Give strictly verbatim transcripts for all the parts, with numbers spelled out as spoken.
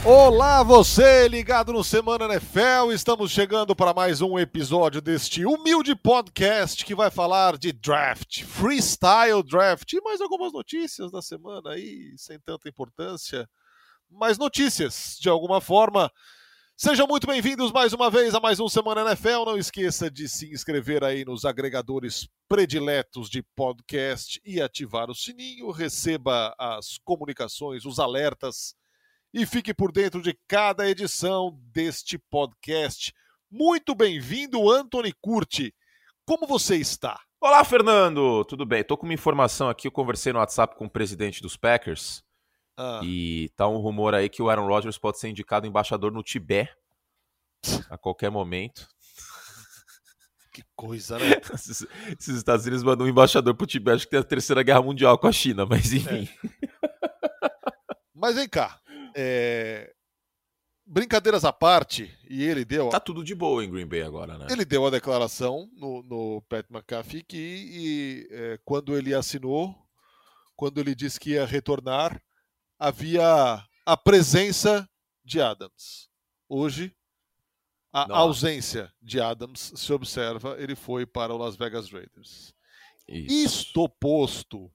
Olá, você ligado no Semana N F L, estamos chegando para mais um episódio deste humilde podcast que vai falar de draft, freestyle draft e mais algumas notícias da semana aí, sem tanta importância, mas notícias de alguma forma. Sejam muito bem-vindos mais uma vez a mais um Semana N F L, não esqueça de se inscrever aí nos agregadores prediletos de podcast e ativar o sininho, receba as comunicações, os alertas, e fique por dentro de cada edição deste podcast. Muito bem-vindo, Anthony Curti. Como você está? Olá, Fernando! Tudo bem? Estou com uma informação aqui, eu conversei no WhatsApp com o presidente dos Packers ah. e tá um rumor aí que o Aaron Rodgers pode ser indicado embaixador no Tibete a qualquer momento. Que coisa, né? Esses Estados Unidos mandam um embaixador pro Tibete, acho que tem a Terceira Guerra Mundial com a China, mas enfim. É. Mas vem cá. É... Brincadeiras à parte, e ele deu... Tá tudo de boa em Green Bay agora, né? Ele deu a declaração no, no Pat McAfee que e, é, quando ele assinou, quando ele disse que ia retornar, havia a presença de Adams. Hoje, a Nossa. ausência de Adams se observa, ele foi para o Las Vegas Raiders. Isso. Isto posto...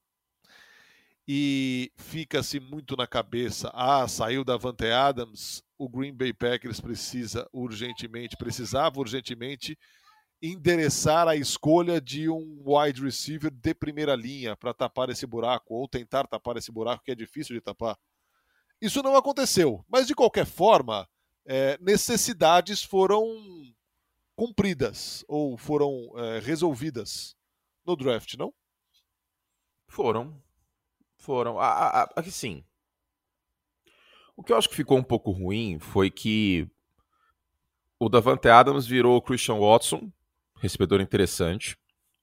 E fica-se muito na cabeça, ah, saiu Davante Adams, o Green Bay Packers precisa urgentemente, precisava urgentemente endereçar a escolha de um wide receiver de primeira linha para tapar esse buraco, ou tentar tapar esse buraco que é difícil de tapar. Isso não aconteceu, mas de qualquer forma, é, necessidades foram cumpridas, ou foram é, resolvidas no draft, não? Foram. Foram. Assim, o que eu acho que ficou um pouco ruim foi que o Davante Adams virou o Christian Watson, recebedor interessante,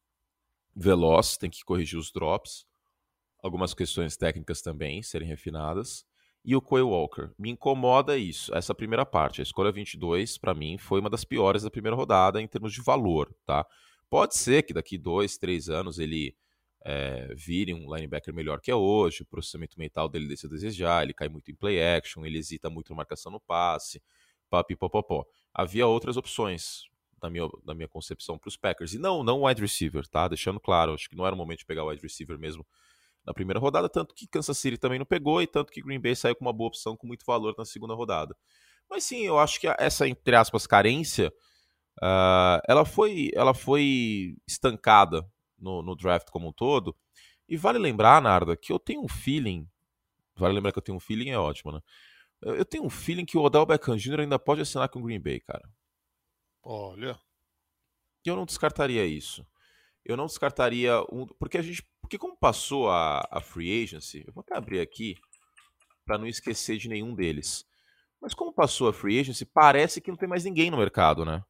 veloz, tem que corrigir os drops, algumas questões técnicas também serem refinadas, e o Quay Walker. Me incomoda isso, essa primeira parte. A escolha vinte e dois, para mim, foi uma das piores da primeira rodada em termos de valor, tá? Pode ser que daqui dois, três anos ele... É, vire um linebacker melhor que é hoje, o processamento mental dele deixa a desejar, ele cai muito em play action, ele hesita muito na marcação no passe, papi, popopó. Havia outras opções, na minha, na minha concepção, para os Packers. E não, não wide receiver, tá? Deixando claro, acho que não era o momento de pegar o wide receiver mesmo na primeira rodada, tanto que Kansas City também não pegou, e tanto que Green Bay saiu com uma boa opção, com muito valor na segunda rodada. Mas sim, eu acho que essa, entre aspas, carência, uh, ela, foi, ela foi estancada No, no draft como um todo. E vale lembrar, Narda, que eu tenho um feeling, vale lembrar que eu tenho um feeling, é ótimo, né? Eu, eu tenho um feeling que o Odell Beckham Júnior ainda pode assinar com o Green Bay, cara. Olha. E eu não descartaria isso. Eu não descartaria um... Porque a gente... Porque como passou a, a free agency, eu vou até abrir aqui para não esquecer de nenhum deles. Mas como passou a free agency, parece que não tem mais ninguém no mercado, né?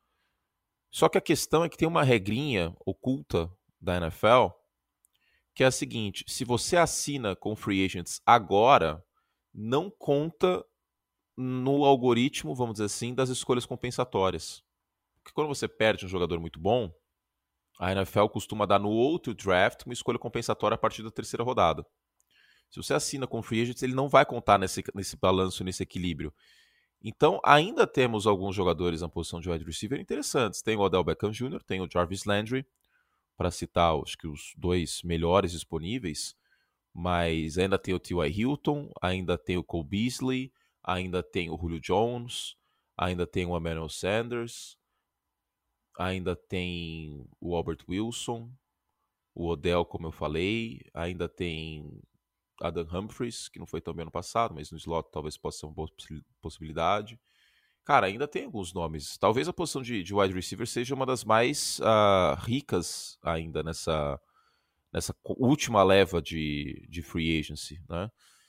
Só que a questão é que tem uma regrinha oculta da N F L, que é a seguinte: se você assina com free agents agora, não conta no algoritmo, vamos dizer assim, das escolhas compensatórias. Porque quando você perde um jogador muito bom, a N F L costuma dar no outro draft uma escolha compensatória a partir da terceira rodada. Se você assina com free agents, ele não vai contar nesse, nesse balanço, nesse equilíbrio. Então, ainda temos alguns jogadores na posição de wide receiver interessantes. Tem o Odell Beckham Júnior, tem o Jarvis Landry, para citar acho que os dois melhores disponíveis, mas ainda tem o T Y Hilton, ainda tem o Cole Beasley, ainda tem o Julio Jones, ainda tem o Emmanuel Sanders, ainda tem o Albert Wilson, o Odell, como eu falei, ainda tem Adam Humphries, que não foi tão bem ano passado, mas no slot talvez possa ser uma boa possibilidade. Cara, ainda tem alguns nomes. Talvez a posição de, de wide receiver seja uma das mais uh, ricas ainda nessa, nessa última leva de, de free agency, né?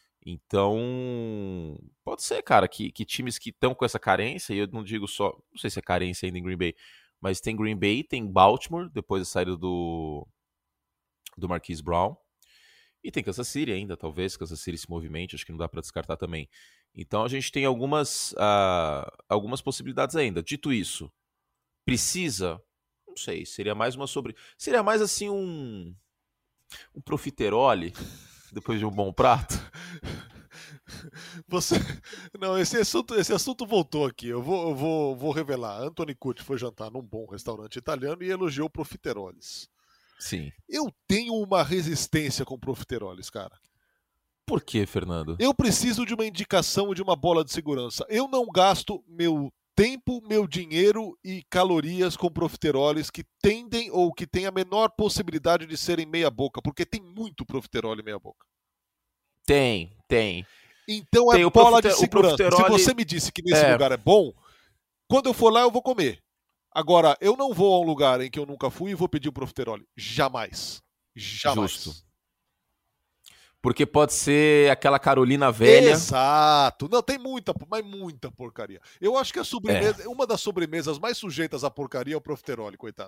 Então, pode ser, cara, que, que times que estão com essa carência, e eu não digo só, não sei se é carência ainda em Green Bay, mas tem Green Bay, tem Baltimore, depois da saída do, do Marquise Brown, e tem Kansas City ainda, talvez Kansas City se movimente, acho que não dá para descartar também. Então a gente tem algumas, uh, algumas possibilidades ainda. Dito isso, precisa? Não sei, seria mais uma sobre... Seria mais assim um, um profiterole, depois de um bom prato. Você... Não, esse assunto, esse assunto voltou aqui. Eu vou, eu vou, vou revelar. Anthony Cucci foi jantar num bom restaurante italiano e elogiou profiteroles. Sim. Eu tenho uma resistência com profiteroles, cara. Por que, Fernando? Eu preciso de uma indicação e de uma bola de segurança. Eu não gasto meu tempo, meu dinheiro e calorias com profiteroles que tendem ou que têm a menor possibilidade de serem meia boca, porque tem muito profiterole meia boca. Tem, tem. Então tem é o bola profite- de segurança. o profiterole... Se você me disse que nesse é. lugar é bom, quando eu for lá eu vou comer. Agora, eu não vou a um lugar em que eu nunca fui e vou pedir um profiterole. Jamais. Jamais. Justo. Porque pode ser aquela Carolina velha. Exato. Não, tem muita, mas muita porcaria. Eu acho que a sobremesa, é. uma das sobremesas mais sujeitas à porcaria é o profiterole, coitado.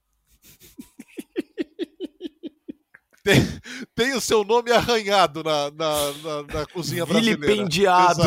tem, tem o seu nome arranhado na, na, na, na cozinha brasileira. Vilipendiado.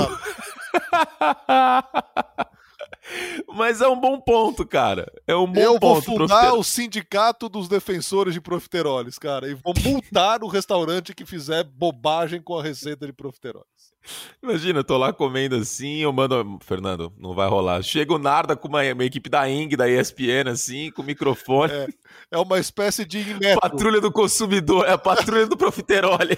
Mas é um bom ponto, cara. É um bom Eu ponto. vou fundar profiter... o sindicato dos defensores de profiteroles, cara, e vou multar o restaurante que fizer bobagem com a receita de profiteroles. Imagina, eu tô lá comendo assim, eu mando... Fernando, não vai rolar. Chega o Narda com uma, uma equipe da Eng, da E S P N, assim, com o microfone. É, é uma espécie de metro. Patrulha do consumidor, é a patrulha do profiterole.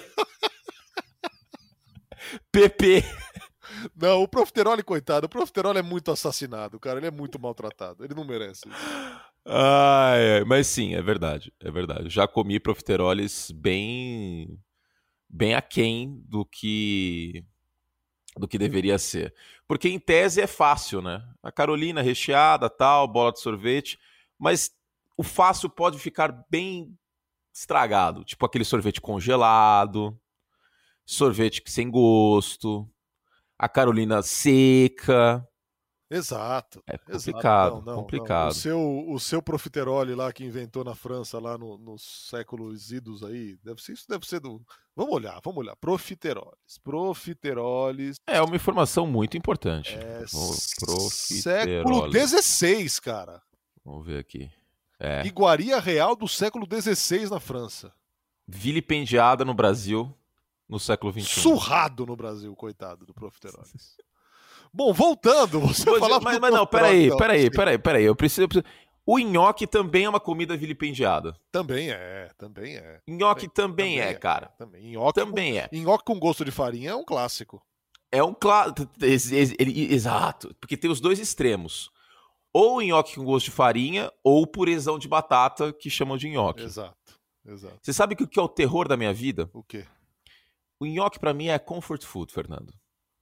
P P. Não, o profiterole, coitado, o profiterole é muito assassinado, cara, ele é muito maltratado, ele não merece isso. Ah, é, mas sim, é verdade, é verdade. Já comi profiteroles bem, bem aquém do que, do que deveria ser. Porque em tese é fácil, né? A Carolina recheada, tal, bola de sorvete, mas o fácil pode ficar bem estragado, tipo aquele sorvete congelado, sorvete sem gosto... A Carolina seca. Exato. É complicado, Exato. Não, não, complicado. Não. O, seu, o seu profiterole lá que inventou na França, lá nos no séculos idos aí, deve ser, isso deve ser do... Vamos olhar, vamos olhar. Profiteroles. Profiteroles. É uma informação muito importante. É... Profiterole. Século dezesseis, cara. Vamos ver aqui. É. Iguaria real do século dezesseis na França. Vilipendiada no Brasil. No século vinte e um. Surrado no Brasil, coitado do profiteroles. Bom, voltando, você Vou falava mas, do mas não, peraí, não, peraí, peraí, peraí. Eu preciso, eu preciso... O nhoque também é uma comida vilipendiada. Também é, também é. Nhoque também, também é, é, cara. Também, nhoque também com, é. Nhoque com gosto de farinha é um clássico. É um clássico. Exato. Porque tem os dois extremos. Ou nhoque com gosto de farinha, ou purezão de batata, que chamam de nhoque. Exato, exato. Você sabe o que é o terror da minha vida? O quê? O nhoque pra mim é comfort food, Fernando.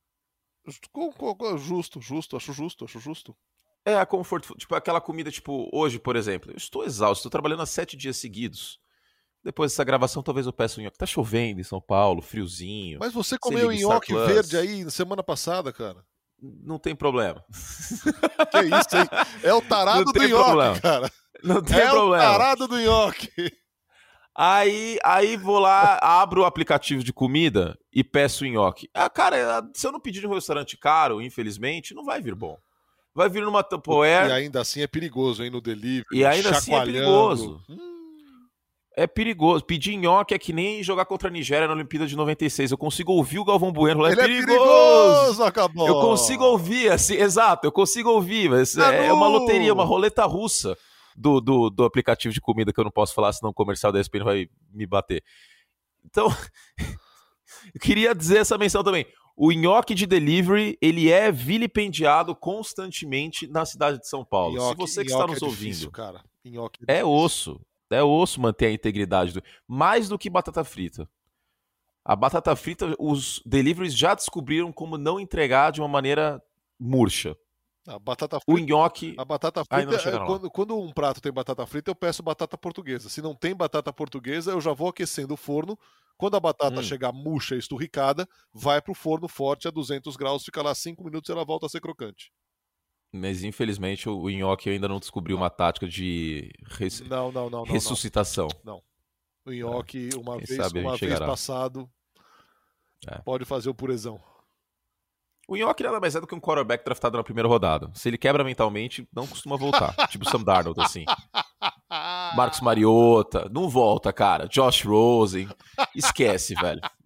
Justo, justo, acho justo, acho justo. É a comfort food, tipo aquela comida, tipo, hoje, por exemplo, eu estou exausto, estou trabalhando há sete dias seguidos. Depois dessa gravação, talvez eu peça um nhoque. Tá chovendo em São Paulo, friozinho. Mas você comeu nhoque verde aí semana passada, cara. Não tem problema. Que isso, hein? É o tarado do nhoque, problema. cara. Não tem é problema. É o tarado do nhoque. Aí, aí vou lá, abro o aplicativo de comida e peço nhoque. Ah, cara, se eu não pedir de um restaurante caro, infelizmente, não vai vir bom. Vai vir numa Tupperware. E ainda assim é perigoso, hein, no delivery. E ainda assim é perigoso. Hum. É perigoso. Pedir nhoque é que nem jogar contra a Nigéria na Olimpíada de noventa e seis. Eu consigo ouvir o Galvão Bueno lá. É Ele perigoso. é perigoso, acabou. Eu consigo ouvir, assim, exato, eu consigo ouvir. Mas é, é uma loteria, uma roleta russa. Do, do, do aplicativo de comida que eu não posso falar, senão o comercial da E S P N vai me bater. Então, eu queria dizer essa menção também. O nhoque de delivery, ele é vilipendiado constantemente na cidade de São Paulo. Nhoque, Se você que está nos é ouvindo, difícil, cara. Nhoque é, é osso. É osso manter a integridade. Do... Mais do que batata frita. A batata frita, os deliveries já descobriram como não entregar de uma maneira murcha. A batata frita, o nhoque. A batata frita, é, quando, quando um prato tem batata frita, eu peço batata portuguesa. Se não tem batata portuguesa, eu já vou aquecendo o forno. Quando a batata hum. chegar murcha e esturricada, vai pro forno forte a duzentos graus, fica lá cinco minutos e ela volta a ser crocante. Mas infelizmente o nhoque ainda não descobriu não. uma tática de res... não, não, não, ressuscitação. Não. não. O nhoque, é. uma, vez, sabe, uma vez passado, é. pode fazer o purezão. O nhoque nada mais é do que um quarterback draftado na primeira rodada. Se ele quebra mentalmente, não costuma voltar. Tipo Sam Darnold, assim. Marcos Mariota, não volta, cara. Josh Rosen, esquece, velho.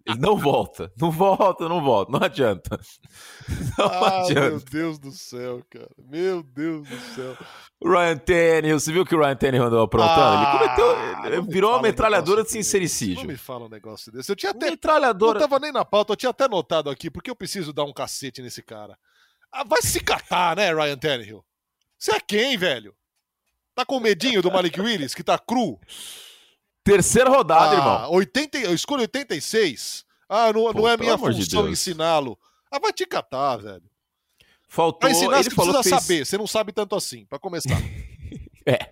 Ele não volta. Não volta, não volta. Não adianta. Não ah, adianta. Meu Deus do céu, cara. Meu Deus do céu. O Ryan Tannehill, você viu que o Ryan Tannehill andou aprontando? Ah, ele cometeu. Ele virou uma metralhadora um de sincericídio. Não me fala um negócio desse. Eu tinha até. Metralhadora. Não tava nem na pauta, eu tinha até notado aqui, porque eu preciso dar um cacete nesse cara. Ah, vai se catar, né, Ryan Tannehill? Você é quem, velho? Tá com medinho do Malik Willis, que tá cru? Terceira rodada, ah, irmão. oitenta, eu escolho oitenta e seis. Ah, não, Pô, não é minha função de ensiná-lo. Ah, vai te catar, velho. Faltou. Pra ensinar, ele você falou precisa fez... saber. Você não sabe tanto assim, pra começar. é.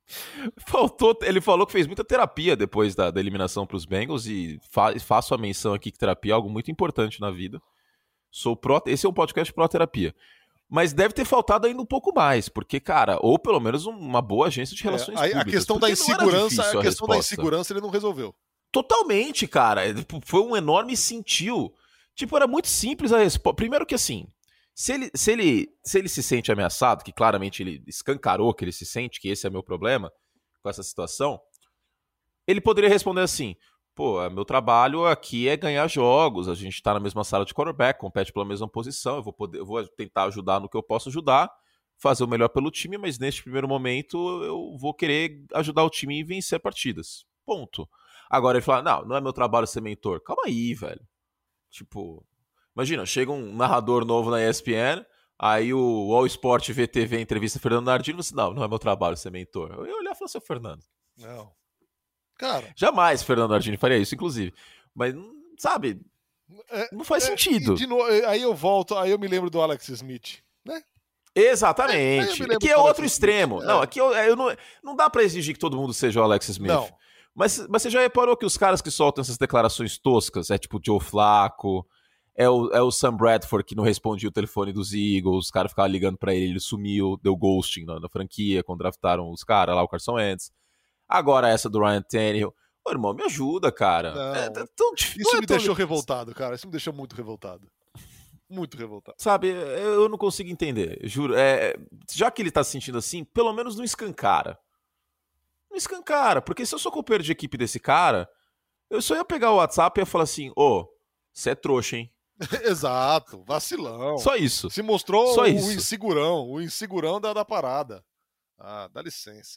Faltou. Ele falou que fez muita terapia depois da, da eliminação pros Bengals e fa faço a menção aqui que terapia é algo muito importante na vida. Sou pró. Esse é um podcast pró-terapia. Mas deve ter faltado ainda um pouco mais, porque, cara, ou pelo menos uma boa agência de relações é, a, públicas. A questão da insegurança, a questão a da insegurança ele não resolveu. Totalmente, cara. Foi um enorme sentiu. Tipo, era muito simples a resposta. Primeiro que assim, se ele, se, ele, se ele se sente ameaçado, que claramente ele escancarou que ele se sente, que esse é meu problema com essa situação, ele poderia responder assim: pô, meu trabalho aqui é ganhar jogos, a gente tá na mesma sala de quarterback, compete pela mesma posição, eu vou, poder, eu vou tentar ajudar no que eu posso ajudar, fazer o melhor pelo time, mas neste primeiro momento eu vou querer ajudar o time e vencer partidas. Ponto. Agora ele fala: não, não é meu trabalho ser mentor. Calma aí, velho. Tipo, imagina, chega um narrador novo na E S P N, aí o All Sport V T V entrevista Fernando Nardini, você, não, não é meu trabalho ser mentor. Eu ia olhar e falar: seu Fernando. Não. Cara. Jamais Fernando Nardini faria isso, inclusive. Mas, sabe, é, não faz é, sentido. De novo, aí eu volto, aí eu me lembro do Alex Smith, né? Exatamente. É, aqui é outro extremo. Smith, não, é. aqui eu, eu não, não dá pra exigir que todo mundo seja o Alex Smith. Não. Mas, mas você já reparou que os caras que soltam essas declarações toscas, é tipo o Joe Flacco, é o, é o Sam Bradford que não respondia o telefone dos Eagles, os caras ficavam ligando pra ele, ele sumiu, deu ghosting na, na franquia, quando draftaram os caras lá, o Carson Wentz. Agora essa do Ryan Tannehill. Ô, irmão, me ajuda, cara. Não, é, é tão difícil. Isso é me tão... deixou revoltado, cara. Isso me deixou muito revoltado. Muito revoltado. Sabe, eu não consigo entender, juro. É, já que ele tá se sentindo assim, pelo menos não escancara. Não escancara, porque se eu sou companheiro de equipe desse cara, eu só ia pegar o WhatsApp e ia falar assim: ô, oh, você é trouxa, hein? Exato, vacilão. Só isso. Se mostrou Só o isso. insegurão, o insegurão da, da parada. Ah, dá licença.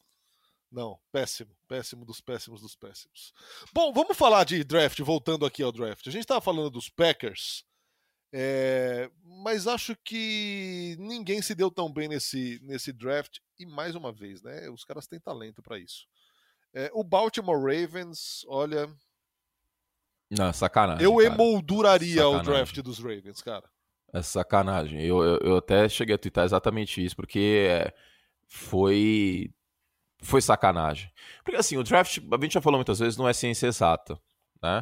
Não, péssimo, péssimo dos péssimos dos péssimos. Bom, vamos falar de draft, voltando aqui ao draft. A gente estava falando dos Packers, é, mas acho que ninguém se deu tão bem nesse, nesse draft, e mais uma vez, né? Os caras têm talento para isso. É, o Baltimore Ravens, olha... Não, sacanagem. Eu cara. emolduraria sacanagem. o draft dos Ravens, cara. É sacanagem. Eu, eu, eu até cheguei a twittar exatamente isso, porque foi... Foi sacanagem. Porque assim, o draft, a gente já falou muitas vezes, não é ciência exata, né?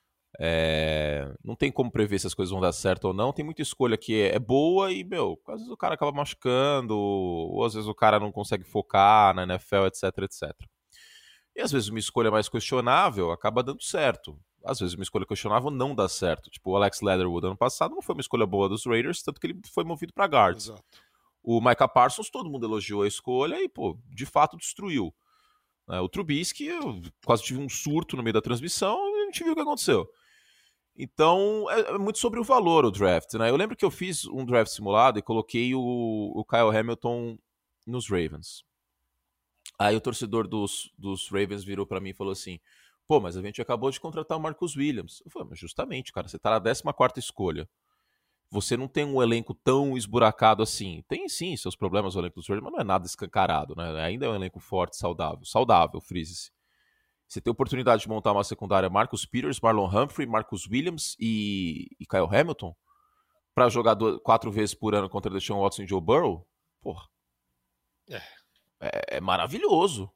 É... Não tem como prever se as coisas vão dar certo ou não. Tem muita escolha que é boa e, meu, às vezes o cara acaba machucando, ou às vezes o cara não consegue focar na N F L, etc, etcétera. E às vezes uma escolha mais questionável acaba dando certo. Às vezes uma escolha questionável não dá certo. Tipo, o Alex Leatherwood ano passado não foi uma escolha boa dos Raiders, tanto que ele foi movido para guards. Exato. O Micah Parsons, todo mundo elogiou a escolha e, pô, de fato destruiu. O Trubisky, eu quase tive um surto no meio da transmissão e a gente viu o que aconteceu. Então, é, é muito sobre o valor o draft, né? Eu lembro que eu fiz um draft simulado e coloquei o, o Kyle Hamilton nos Ravens. Aí o torcedor dos, dos Ravens virou pra mim e falou assim: pô, mas a gente acabou de contratar o Marcus Williams. Eu falei: mas justamente, cara, você tá na décima quarta escolha. Você não tem um elenco tão esburacado assim. Tem sim seus problemas o elenco dos Raiders, mas não é nada escancarado, né? Ainda é um elenco forte, saudável. Saudável, frise-se. Você tem a oportunidade de montar uma secundária Marcus Peters, Marlon Humphrey, Marcus Williams e, e Kyle Hamilton para jogar do, quatro vezes por ano contra Deshaun Watson e Joe Burrow? Porra. É. É, é maravilhoso.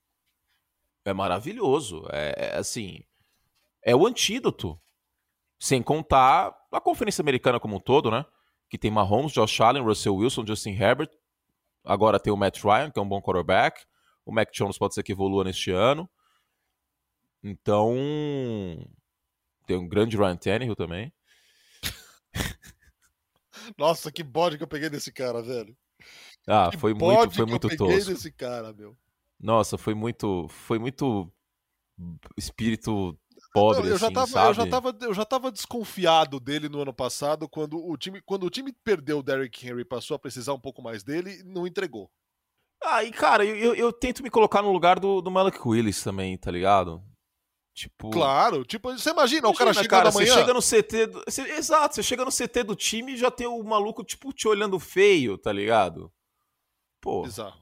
É maravilhoso. É, é assim... É o antídoto. Sem contar a conferência americana como um todo, né? Que tem Mahomes, Josh Allen, Russell Wilson, Justin Herbert. Agora tem o Matt Ryan, que é um bom quarterback. O Mac Jones pode ser que evolua neste ano. Então, tem um grande Ryan Tannehill também. Nossa, que bode que eu peguei desse cara, velho. Ah, que foi muito, foi que muito eu peguei tosco. desse cara, meu. Nossa, foi muito, foi muito espírito pobre, Não, eu, já assim, tava, eu, já sabe? tava, eu já tava desconfiado dele no ano passado, quando o time, quando o time perdeu o Derrick Henry e passou a precisar um pouco mais dele, não entregou. Ah, e cara, eu, eu, eu tento me colocar no lugar do, do Malik Willis também, tá ligado? Tipo, Claro, tipo, você imagina, o cara imagina, chegando cara, você amanhã. chega no C T. Do, você- exato, você chega no C T do time e já tem o maluco, tipo, te olhando feio, tá ligado? Pô, Bizarro.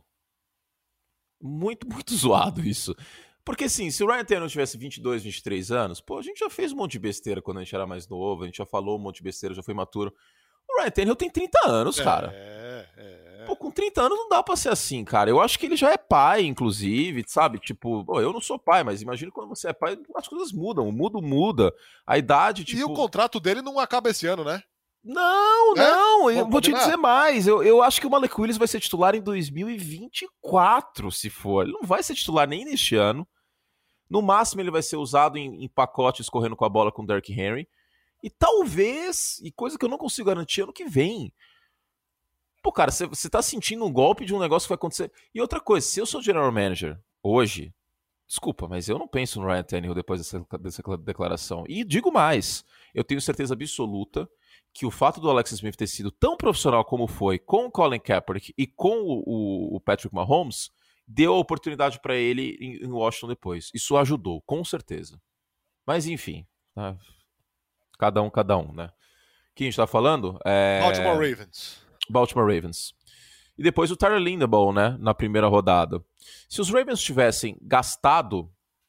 muito, muito zoado isso. Porque assim, se o Ryan Tannehill tivesse vinte e dois, vinte e três anos, pô, a gente já fez um monte de besteira quando a gente era mais novo, a gente já falou um monte de besteira, já foi maturo. O Ryan Tannehill tem trinta anos, cara. É, é. Pô, com trinta anos não dá pra ser assim, cara. Eu acho que ele já é pai, inclusive, sabe? Tipo, pô, eu não sou pai, mas imagino quando você é pai, as coisas mudam. O mundo muda. A idade, E o tipo. contrato dele não acaba esse ano, né? Não, Né? não, eu Vamos vou te combinar? dizer mais. Eu, eu acho que o Malik Willis vai ser titular em dois mil e vinte e quatro, se for. Ele não vai ser titular nem neste ano. No máximo, ele vai ser usado em, em pacotes correndo com a bola com o Derrick Henry. E talvez, e coisa que eu não consigo garantir, ano que vem. Pô, cara, você tá sentindo um golpe de um negócio que vai acontecer. E outra coisa, se eu sou general manager hoje, desculpa, mas eu não penso no Ryan Tannehill depois dessa, dessa declaração. E digo mais, eu tenho certeza absoluta que o fato do Alex Smith ter sido tão profissional como foi com o Colin Kaepernick e com o, o Patrick Mahomes deu a oportunidade para ele em, em Washington depois. Isso ajudou, com certeza. Mas enfim, tá? Cada um, cada um, né? O que a gente tá falando? É... Baltimore Ravens. Baltimore Ravens. E depois o Tyler Linderbaum, né, na primeira rodada. Se os Ravens tivessem gastado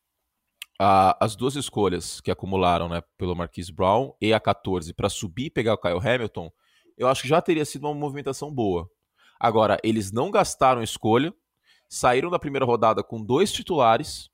uh, as duas escolhas que acumularam, né, pelo Marquise Brown e a quatorze para subir e pegar o Kyle Hamilton, eu acho que já teria sido uma movimentação boa. Agora, eles não gastaram escolha, saíram da primeira rodada com dois titulares,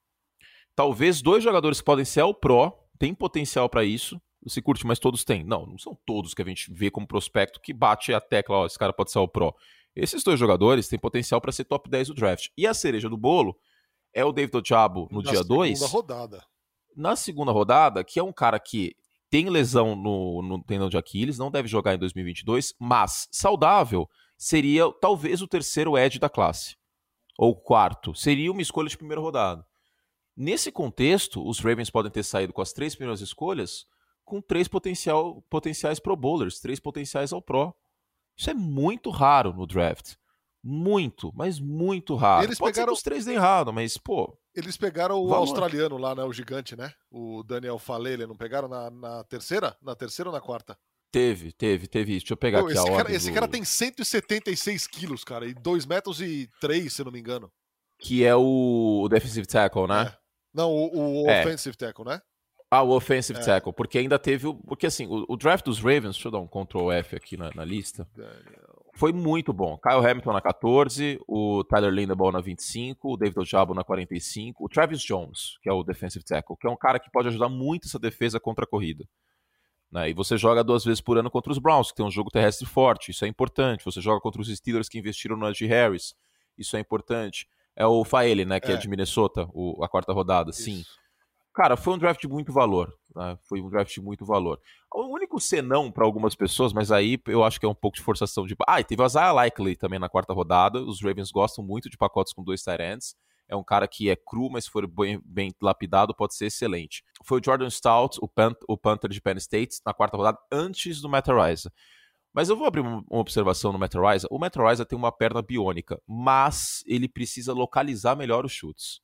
talvez dois jogadores que podem ser ao Pro, tem potencial para isso. Você curte, mas todos têm. Não, não são todos que a gente vê como prospecto que bate a tecla, ó, esse cara pode ser o Pro. Esses dois jogadores têm potencial para ser top dez do draft. E a cereja do bolo é o David Ojabo no Na dia dois. Na segunda rodada. Na segunda rodada, que é um cara que tem lesão no, no tendão de Aquiles, não deve jogar em dois mil e vinte e dois, mas saudável, seria talvez o terceiro edge da classe. Ou quarto. Seria uma escolha de primeira rodada. Nesse contexto, os Ravens podem ter saído com as três primeiras escolhas com três potencial, potenciais Pro Bowlers, três potenciais ao Pro. Isso é muito raro no draft. Muito, mas muito raro. Eles Pode pegaram... ser que os três deem errado, mas, pô... Eles pegaram o valor. australiano lá, né? O gigante, né? O Daniel Falele, não pegaram na, na terceira? Na terceira ou na quarta? Teve, teve, teve isso. Deixa eu pegar Pô, aqui esse a cara, ordem Esse do... cara tem cento e setenta e seis quilos, cara, e dois metros e três, se não me engano. Que é o, o defensive tackle, né? É. Não, o, o é. offensive tackle, né? Ah, o offensive é. tackle, porque ainda teve o... Porque assim, o, o draft dos Ravens, deixa eu dar um control F aqui na, na lista, Daniel. foi muito bom. Kyle Hamilton na quatorze, o Tyler Linderbaum na vinte e cinco, o David Ojabo na quarenta e cinco, o Travis Jones, que é o defensive tackle, que é um cara que pode ajudar muito essa defesa contra a corrida. Né? E você joga duas vezes por ano contra os Browns, que tem um jogo terrestre forte, isso é importante. Você joga contra os Steelers, que investiram no Najee Harris, isso é importante. É o Faele, né, que é, é de Minnesota, o, a quarta rodada, isso. Sim. Cara, foi um draft de muito valor. Né? Foi um draft de muito valor. O único senão para algumas pessoas, mas aí eu acho que é um pouco de forçação de... Ah, e teve o Isaiah Likely também na quarta rodada. Os Ravens gostam muito de pacotes com dois tight ends. É um cara que é cru, mas se for bem, bem lapidado, pode ser excelente. Foi o Jordan Stout, o, Pan, o Panther de Penn State, na quarta rodada, antes do Matt Araiza. Mas eu vou abrir uma observação no Matt Araiza. O Matt Araiza tem uma perna biônica, mas ele precisa localizar melhor os chutes.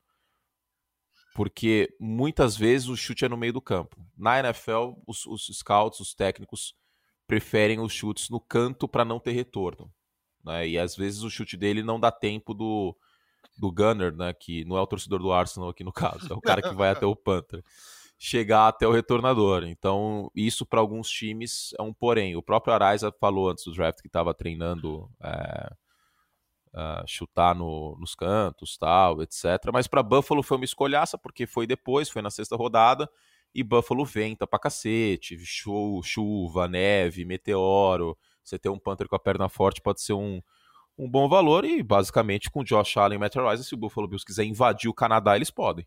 Porque muitas vezes o chute é no meio do campo. Na N F L, os, os scouts, os técnicos, preferem os chutes no canto para não ter retorno. Né? E às vezes o chute dele não dá tempo do, do gunner, né? Que não é o torcedor do Arsenal aqui no caso, é o cara que vai até o Panther, chegar até o retornador. Então isso para alguns times é um porém. O próprio Araiza falou antes do draft que estava treinando... É... Uh, chutar no, nos cantos, tal, etcétera. Mas para Buffalo foi uma escolhaça, porque foi depois, foi na sexta rodada, e Buffalo venta pra cacete, chu, chuva, neve, meteoro. Você ter um Panther com a perna forte pode ser um, um bom valor, e basicamente com Josh Allen e Matt Araiza, se o Buffalo Bills quiser invadir o Canadá, eles podem.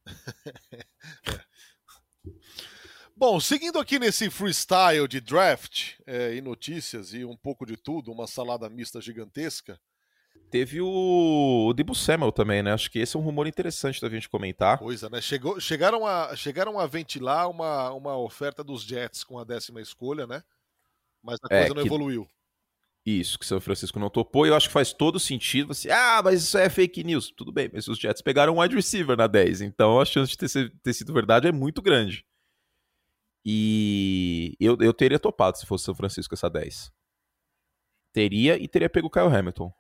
Bom, seguindo aqui nesse freestyle de draft é, e notícias e um pouco de tudo, uma salada mista gigantesca, Teve o, o Deebo Samuel também, né? Acho que esse é um rumor interessante da gente comentar. Coisa, né? Chegou, chegaram, a, chegaram a ventilar uma, uma oferta dos Jets com a décima escolha, né? Mas a É, coisa não que, evoluiu. isso, que São Francisco não topou, e eu acho que faz todo sentido. Assim, ah, mas isso é fake news. Tudo bem, mas os Jets pegaram um wide receiver na dez, então a chance de ter, ter sido verdade é muito grande. E eu, eu teria topado se fosse São Francisco essa dez. Teria e teria pego o Kyle Hamilton.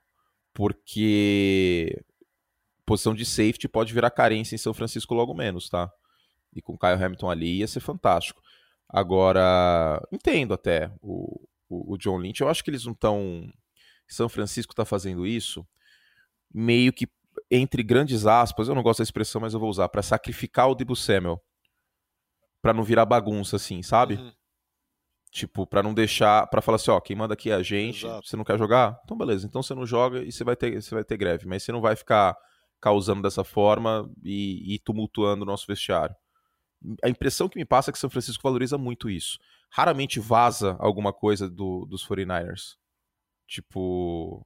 Porque posição de safety pode virar carência em São Francisco logo menos, tá? E com o Kyle Hamilton ali ia ser fantástico. Agora, entendo até o, o, o John Lynch. Eu acho que eles não estão... São Francisco tá fazendo isso meio que, entre grandes aspas, eu não gosto da expressão, mas eu vou usar, para sacrificar o Deebo Samuel. Pra não virar bagunça, assim, sabe? Uhum. Tipo, pra não deixar, pra falar assim, ó, quem manda aqui é a gente, Exato. você não quer jogar? Então beleza, então você não joga e você vai ter, você vai ter greve, mas você não vai ficar causando dessa forma e, e tumultuando o nosso vestiário. A impressão que me passa é que São Francisco valoriza muito isso. Raramente vaza alguma coisa do, dos forty-niners. Tipo,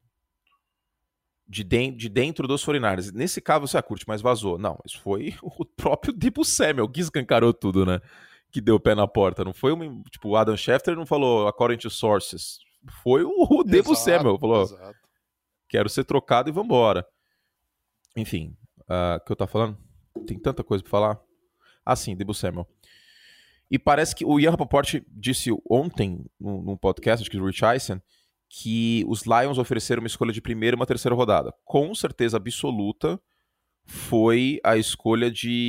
de, de, de dentro dos forty-niners. Nesse caso você a curte, mas vazou. Não, isso foi o próprio Deebo Samuel que escancarou tudo, né? Que deu o pé na porta. Não foi um, tipo, o Adam Schefter não falou according to sources. Foi o, o Deebo Samuel. Falou, exato. quero ser trocado e vambora. Enfim, o uh, que eu tava falando? Tem tanta coisa pra falar. Ah, sim, Deebo Samuel. E parece que o Ian Rapoport disse ontem, num, num podcast, acho que do Rich Eisen, que os Lions ofereceram uma escolha de primeira e uma terceira rodada. Com certeza absoluta, foi a escolha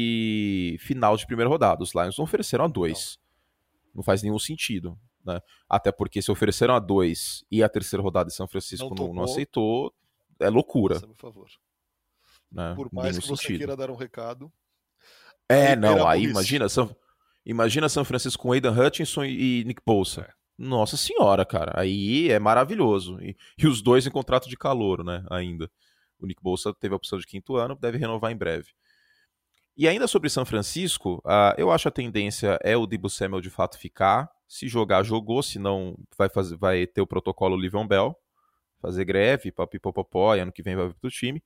de final de primeira rodada. Os Lions não ofereceram a dois. Não, não faz nenhum sentido. Né? Até porque se ofereceram a dois e a terceira rodada de São Francisco não, não, não aceitou, é loucura. Por favor. Né? Por mais nenhum que você sentido. queira dar um recado. É, aí não, aí imagina São, imagina São Francisco com Aidan Hutchinson e, e Nick Bosa. É. Nossa senhora, cara. Aí é maravilhoso. E, e os dois em contrato de calouro, né? Ainda. O Nick Bosa teve a opção de quinto ano, deve renovar em breve. E ainda sobre São Francisco, uh, eu acho a tendência é o Deebo Samuel de fato ficar. Se jogar, jogou. Se não, vai, fazer, vai ter o protocolo Le'Veon Bell. Fazer greve, papipopopó, e ano que vem vai vir pro time.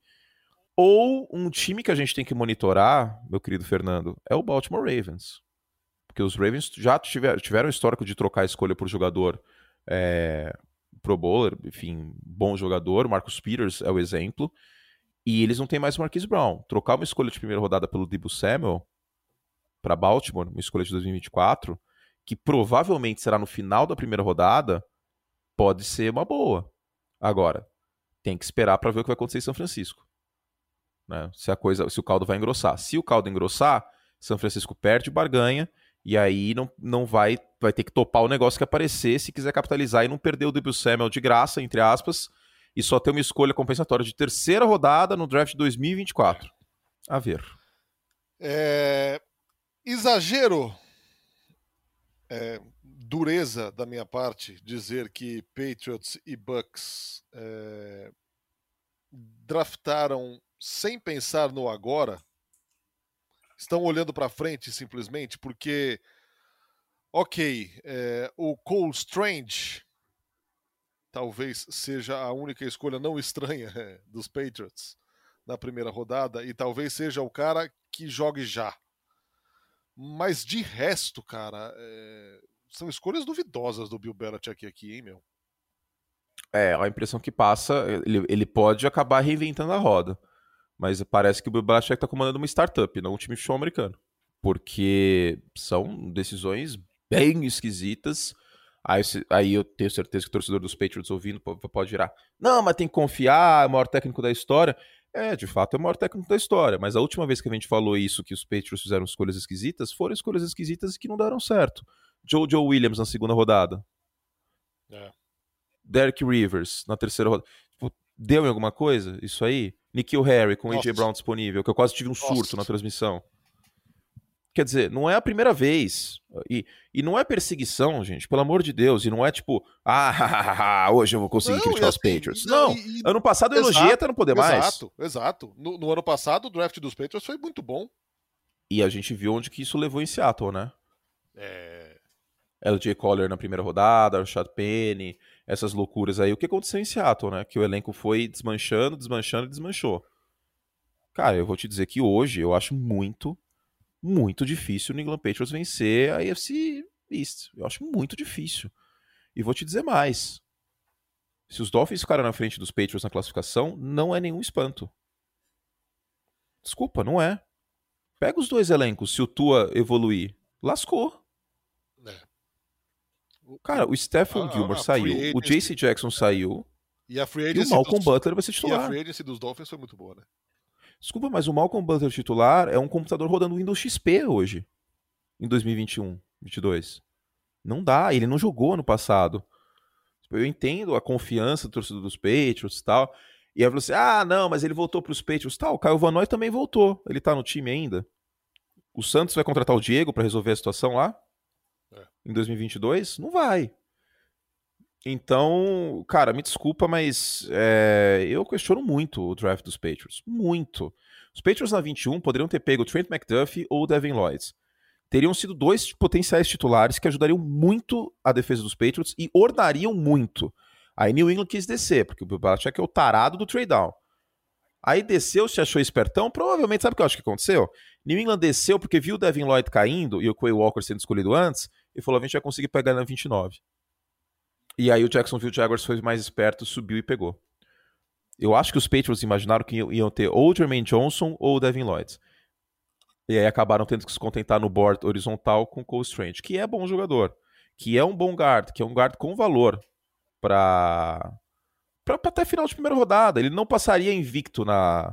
Ou um time que a gente tem que monitorar, meu querido Fernando, é o Baltimore Ravens. Porque os Ravens já tiveram, tiveram histórico de trocar a escolha por jogador é, Pro Bowler, enfim, bom jogador. Marcus Peters é o exemplo. E eles não têm mais o Marquise Brown. Trocar uma escolha de primeira rodada pelo Deebo Samuel para Baltimore, uma escolha de dois mil e vinte e quatro, que provavelmente será no final da primeira rodada, pode ser uma boa. Agora, tem que esperar para ver o que vai acontecer em São Francisco. Né? Se a coisa, se o caldo vai engrossar. Se o caldo engrossar, São Francisco perde barganha e aí não, não vai, vai ter que topar o negócio que aparecer se quiser capitalizar e não perder o Deebo Samuel de graça, entre aspas, e só ter uma escolha compensatória de terceira rodada no draft de dois mil e vinte e quatro. A ver. É... Exagero, é... dureza da minha parte dizer que Patriots e Bucks é... draftaram sem pensar no agora, estão olhando para frente simplesmente porque, ok, é, o Cole Strange talvez seja a única escolha não estranha é, dos Patriots na primeira rodada e talvez seja o cara que jogue já. Mas de resto, cara, é, são escolhas duvidosas do Bill Belichick aqui, hein, meu? É, a impressão que passa, ele, ele pode acabar reinventando a roda. Mas parece que o Bill Belichick está comandando uma startup, não um time de futebol americano. Porque são decisões bem esquisitas. Aí, aí eu tenho certeza que o torcedor dos Patriots ouvindo pode virar. Não, mas tem que confiar, é o maior técnico da história. É, de fato, é o maior técnico da história. Mas a última vez que a gente falou isso, que os Patriots fizeram escolhas esquisitas, foram escolhas esquisitas que não deram certo. Jojo Williams na segunda rodada. É. Derek Rivers na terceira rodada. Tipo, deu em alguma coisa isso aí? Nikhil Harry com A J Brown disponível, que eu quase tive um surto Nossa. na transmissão. Quer dizer, não é a primeira vez. E, e não é perseguição, gente, pelo amor de Deus. E não é tipo, ah, hoje eu vou conseguir não, criticar assim, os Patriots. Não, não. E, e, ano passado eu elogiei até não poder exato, mais. Exato, exato. No, no ano passado o draft dos Patriots foi muito bom. E a gente viu onde que isso levou em Seattle, né? É... L J Collier na primeira rodada, Rashad Penny, essas loucuras aí. O que aconteceu em Seattle, né? Que o elenco foi desmanchando, desmanchando e desmanchou. Cara, eu vou te dizer que hoje eu acho muito, muito difícil o New England Patriots vencer a A F C East. Eu acho muito difícil. E vou te dizer mais. Se os Dolphins ficaram na frente dos Patriots na classificação, não é nenhum espanto. Desculpa, não é. Pega os dois elencos, se o Tua evoluir, lascou. É. O, Cara, o, o Stephon a, Gilmore a saiu, o J C Jackson saiu, e a free e o agency Malcolm dos, Butler vai ser e a titular. free agency dos Dolphins foi muito boa, né? Desculpa, mas o Malcolm Butler titular é um computador rodando Windows X P hoje, em dois mil e vinte e um, vinte e dois. Não dá, ele não jogou ano passado. Eu entendo a confiança do torcedor dos Patriots e tal. E aí você, ah, não, mas ele voltou para os Patriots e tal. O Caio Van Noy também voltou. Ele tá no time ainda. O Santos vai contratar o Diego para resolver a situação lá? É. Em dois mil e vinte e dois? Não vai. Então, cara, me desculpa, mas é, eu questiono muito o draft dos Patriots. Muito. Os Patriots na vinte e um poderiam ter pego o Trent McDuffie ou o Devin Lloyd. Teriam sido dois potenciais titulares que ajudariam muito a defesa dos Patriots e ornariam muito. Aí New England quis descer, porque o Bill Belichick é o tarado do trade down. Aí desceu, se achou espertão, provavelmente, sabe o que eu acho que aconteceu? New England desceu porque viu o Devin Lloyd caindo e o Quay Walker sendo escolhido antes e falou, a gente vai conseguir pegar na vinte e nove. E aí o Jacksonville Jaguars foi mais esperto, subiu e pegou. Eu acho que os Patriots imaginaram que iam ter ou o Jermaine Johnson ou o Devin Lloyd. E aí acabaram tendo que se contentar no board horizontal com o Cole Strange, que é bom jogador, que é um bom guard, que é um guard com valor para para até final de primeira rodada. Ele não passaria invicto na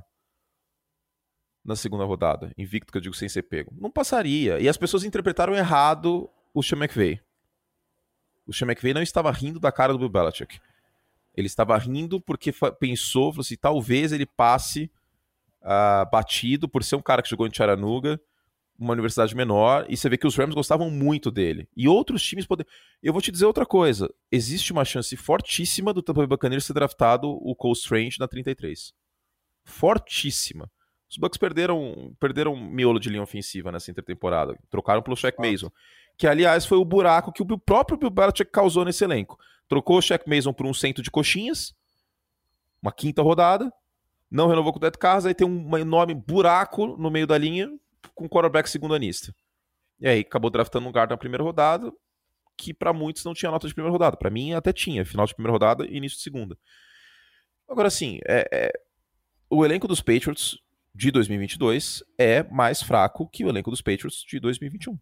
na segunda rodada. Invicto, que eu digo sem ser pego. Não passaria. E as pessoas interpretaram errado o Sean McVay. O Sean McVay não estava rindo da cara do Bill Belichick. Ele estava rindo porque pensou, falou assim, talvez ele passe uh, batido por ser um cara que jogou em Chattanooga, uma universidade menor, e você vê que os Rams gostavam muito dele. E outros times podem... Eu vou te dizer outra coisa. Existe uma chance fortíssima do Tampa Bay Buccaneers ser draftado o Cole Strange na trinta e três. Fortíssima. Os Bucks perderam, perderam miolo de linha ofensiva nessa intertemporada. Trocaram pelo Shaq Mason. Que, aliás, foi o buraco que o próprio Bill Belichick causou nesse elenco. Trocou o Shaq Mason por um cento de coxinhas, uma quinta rodada, não renovou com o Derek Carr, aí tem um enorme buraco no meio da linha com o quarterback segundanista. E aí acabou draftando um guard na primeira rodada, que para muitos não tinha nota de primeira rodada. Para mim até tinha, final de primeira rodada e início de segunda. Agora sim, é, é, o elenco dos Patriots de dois mil e vinte e dois é mais fraco que o elenco dos Patriots de dois mil e vinte e um.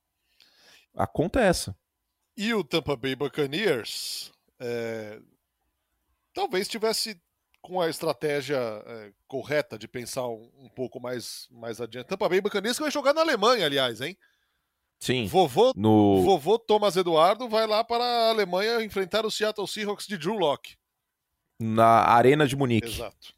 A conta é essa. E o Tampa Bay Buccaneers é, talvez tivesse com a estratégia é, correta de pensar um, um pouco mais, mais adiante. Tampa Bay Buccaneers que vai jogar na Alemanha, aliás, hein? Sim. Vovô, no... vovô Thomas Eduardo vai lá para a Alemanha enfrentar o Seattle Seahawks de Drew Lock. Na Arena de Munique. Exato.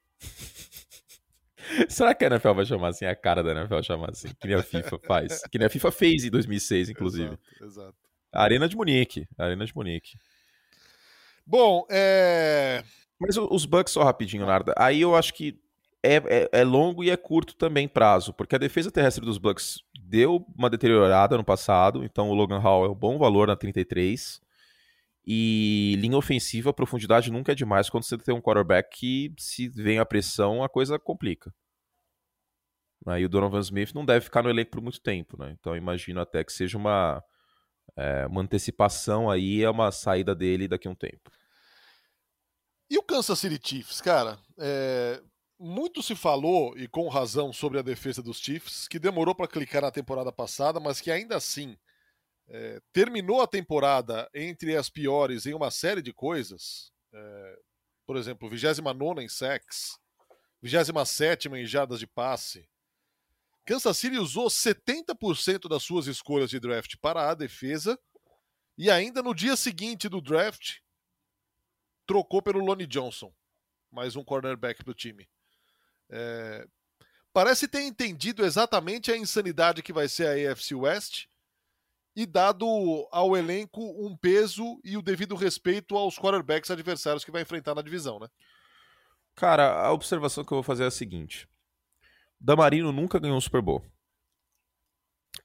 Será que a N F L vai chamar assim? A cara da N F L chamar assim? Que nem a FIFA faz. Que nem a FIFA fez em dois mil e seis, inclusive. Exato, exato. Arena de Munique. Arena de Munique. Bom, é... Mas os Bucks, só rapidinho, Narda. Aí eu acho que é, é, é longo e é curto também prazo, porque a defesa terrestre dos Bucks deu uma deteriorada no passado, então o Logan Hall é um bom valor na trinta e três. E linha ofensiva, profundidade nunca é demais quando você tem um quarterback que, se vem a pressão, a coisa complica. Aí o Donovan Smith não deve ficar no elenco por muito tempo, né? Então eu imagino até que seja uma, é, uma antecipação aí, é uma saída dele daqui a um tempo. E o Kansas City Chiefs, cara? É... Muito se falou, e com razão, sobre a defesa dos Chiefs, que demorou para clicar na temporada passada, mas que ainda assim é, terminou a temporada entre as piores em uma série de coisas. É, por exemplo, vigésima nona em sacks, vigésima sétima em jardas de passe. Kansas City usou setenta por cento das suas escolhas de draft para a defesa e ainda no dia seguinte do draft trocou pelo Lonnie Johnson, mais um cornerback para o time. É... Parece ter entendido exatamente a insanidade que vai ser a A F C West e dado ao elenco um peso e o devido respeito aos quarterbacks adversários que vai enfrentar na divisão, né? Cara, a observação que eu vou fazer é a seguinte. Damarino nunca ganhou um Super Bowl.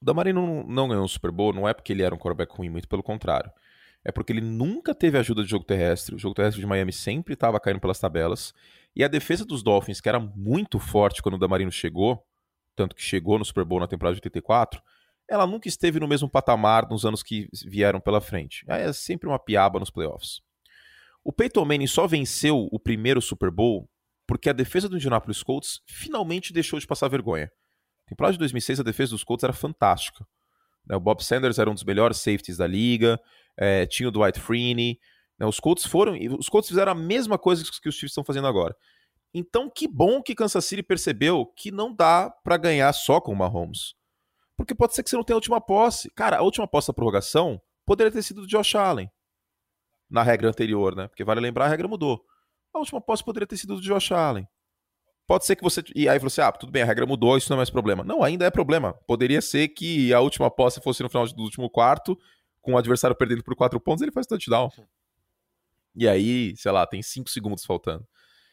Damari não, não ganhou um Super Bowl, não é porque ele era um quarterback ruim, muito pelo contrário. É porque ele nunca teve ajuda de jogo terrestre. O jogo terrestre de Miami sempre estava caindo pelas tabelas. E a defesa dos Dolphins, que era muito forte quando o Damarino chegou, tanto que chegou no Super Bowl na temporada de oitenta e quatro, ela nunca esteve no mesmo patamar nos anos que vieram pela frente. Aí é sempre uma piaba nos playoffs. O Peyton Manning só venceu o primeiro Super Bowl porque a defesa do Indianapolis Colts finalmente deixou de passar vergonha. Na temporada de dois mil e seis, a defesa dos Colts era fantástica. O Bob Sanders era um dos melhores safeties da liga, é, tinha o Dwight Freeney. Né, os Colts foram, os Colts fizeram a mesma coisa que os Chiefs estão fazendo agora. Então, que bom que Kansas City percebeu que não dá para ganhar só com o Mahomes. Porque pode ser que você não tenha a última posse. Cara, a última posse da prorrogação poderia ter sido do Josh Allen. Na regra anterior, né? Porque vale lembrar, a regra mudou. A última posse poderia ter sido do Josh Allen. Pode ser que você... E aí você, ah, tudo bem, a regra mudou, isso não é mais problema. Não, ainda é problema. Poderia ser que a última posse fosse no final do último quarto, com o adversário perdendo por quatro pontos, ele faz touchdown. E aí, sei lá, tem cinco segundos faltando.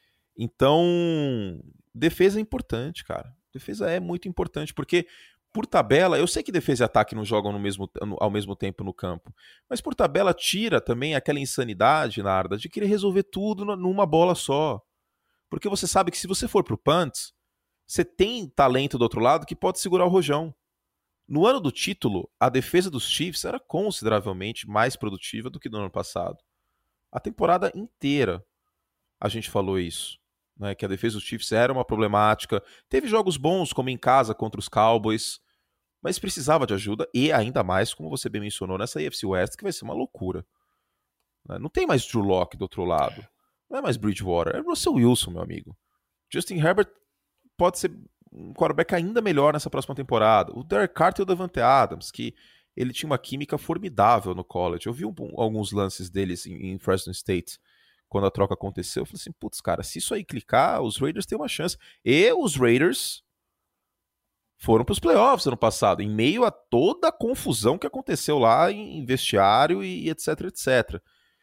Então, defesa é importante, cara. Defesa é muito importante, porque por tabela, eu sei que defesa e ataque não jogam no mesmo, ao mesmo tempo no campo, mas por tabela tira também aquela insanidade, Narda, de querer resolver tudo numa bola só. Porque você sabe que se você for pro punt, você tem talento do outro lado que pode segurar o rojão. No ano do título, a defesa dos Chiefs era consideravelmente mais produtiva do que no ano passado. A temporada inteira a gente falou isso. Né, que a defesa dos Chiefs era uma problemática. Teve jogos bons, como em casa contra os Cowboys, mas precisava de ajuda, e ainda mais, como você bem mencionou, nessa A F C West, que vai ser uma loucura. Né, não tem mais Drew Lock do outro lado. Não é mais Bridgewater, é Russell Wilson, meu amigo. Justin Herbert pode ser um quarterback ainda melhor nessa próxima temporada. O Derek Carr e o Davante Adams, que ele tinha uma química formidável no college. Eu vi um, alguns lances deles em, em Fresno State, quando a troca aconteceu. Eu falei assim, putz, cara, se isso aí clicar, os Raiders têm uma chance. E os Raiders foram para os playoffs ano passado, em meio a toda a confusão que aconteceu lá em vestiário e etc, etcétera.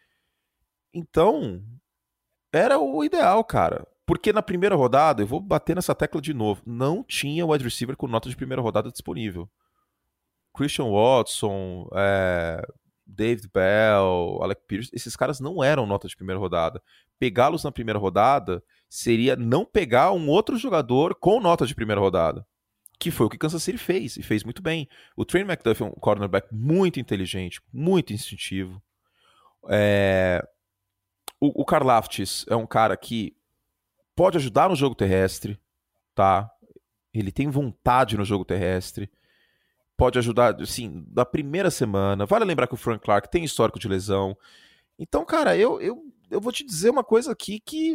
Então, era o ideal, cara. Porque na primeira rodada, eu vou bater nessa tecla de novo, não tinha wide receiver com nota de primeira rodada disponível. Christian Watson, é, David Bell, Alec Pierce, esses caras não eram nota de primeira rodada. Pegá-los na primeira rodada seria não pegar um outro jogador com nota de primeira rodada. Que foi o que Kansas City fez, e fez muito bem. O Trey McDuffie é um cornerback muito inteligente, muito instintivo. É... O, o Karlaftis é um cara que pode ajudar no jogo terrestre, tá? Ele tem vontade no jogo terrestre. Pode ajudar, assim, da primeira semana. Vale lembrar que o Frank Clark tem histórico de lesão. Então, cara, eu, eu, eu vou te dizer uma coisa aqui que...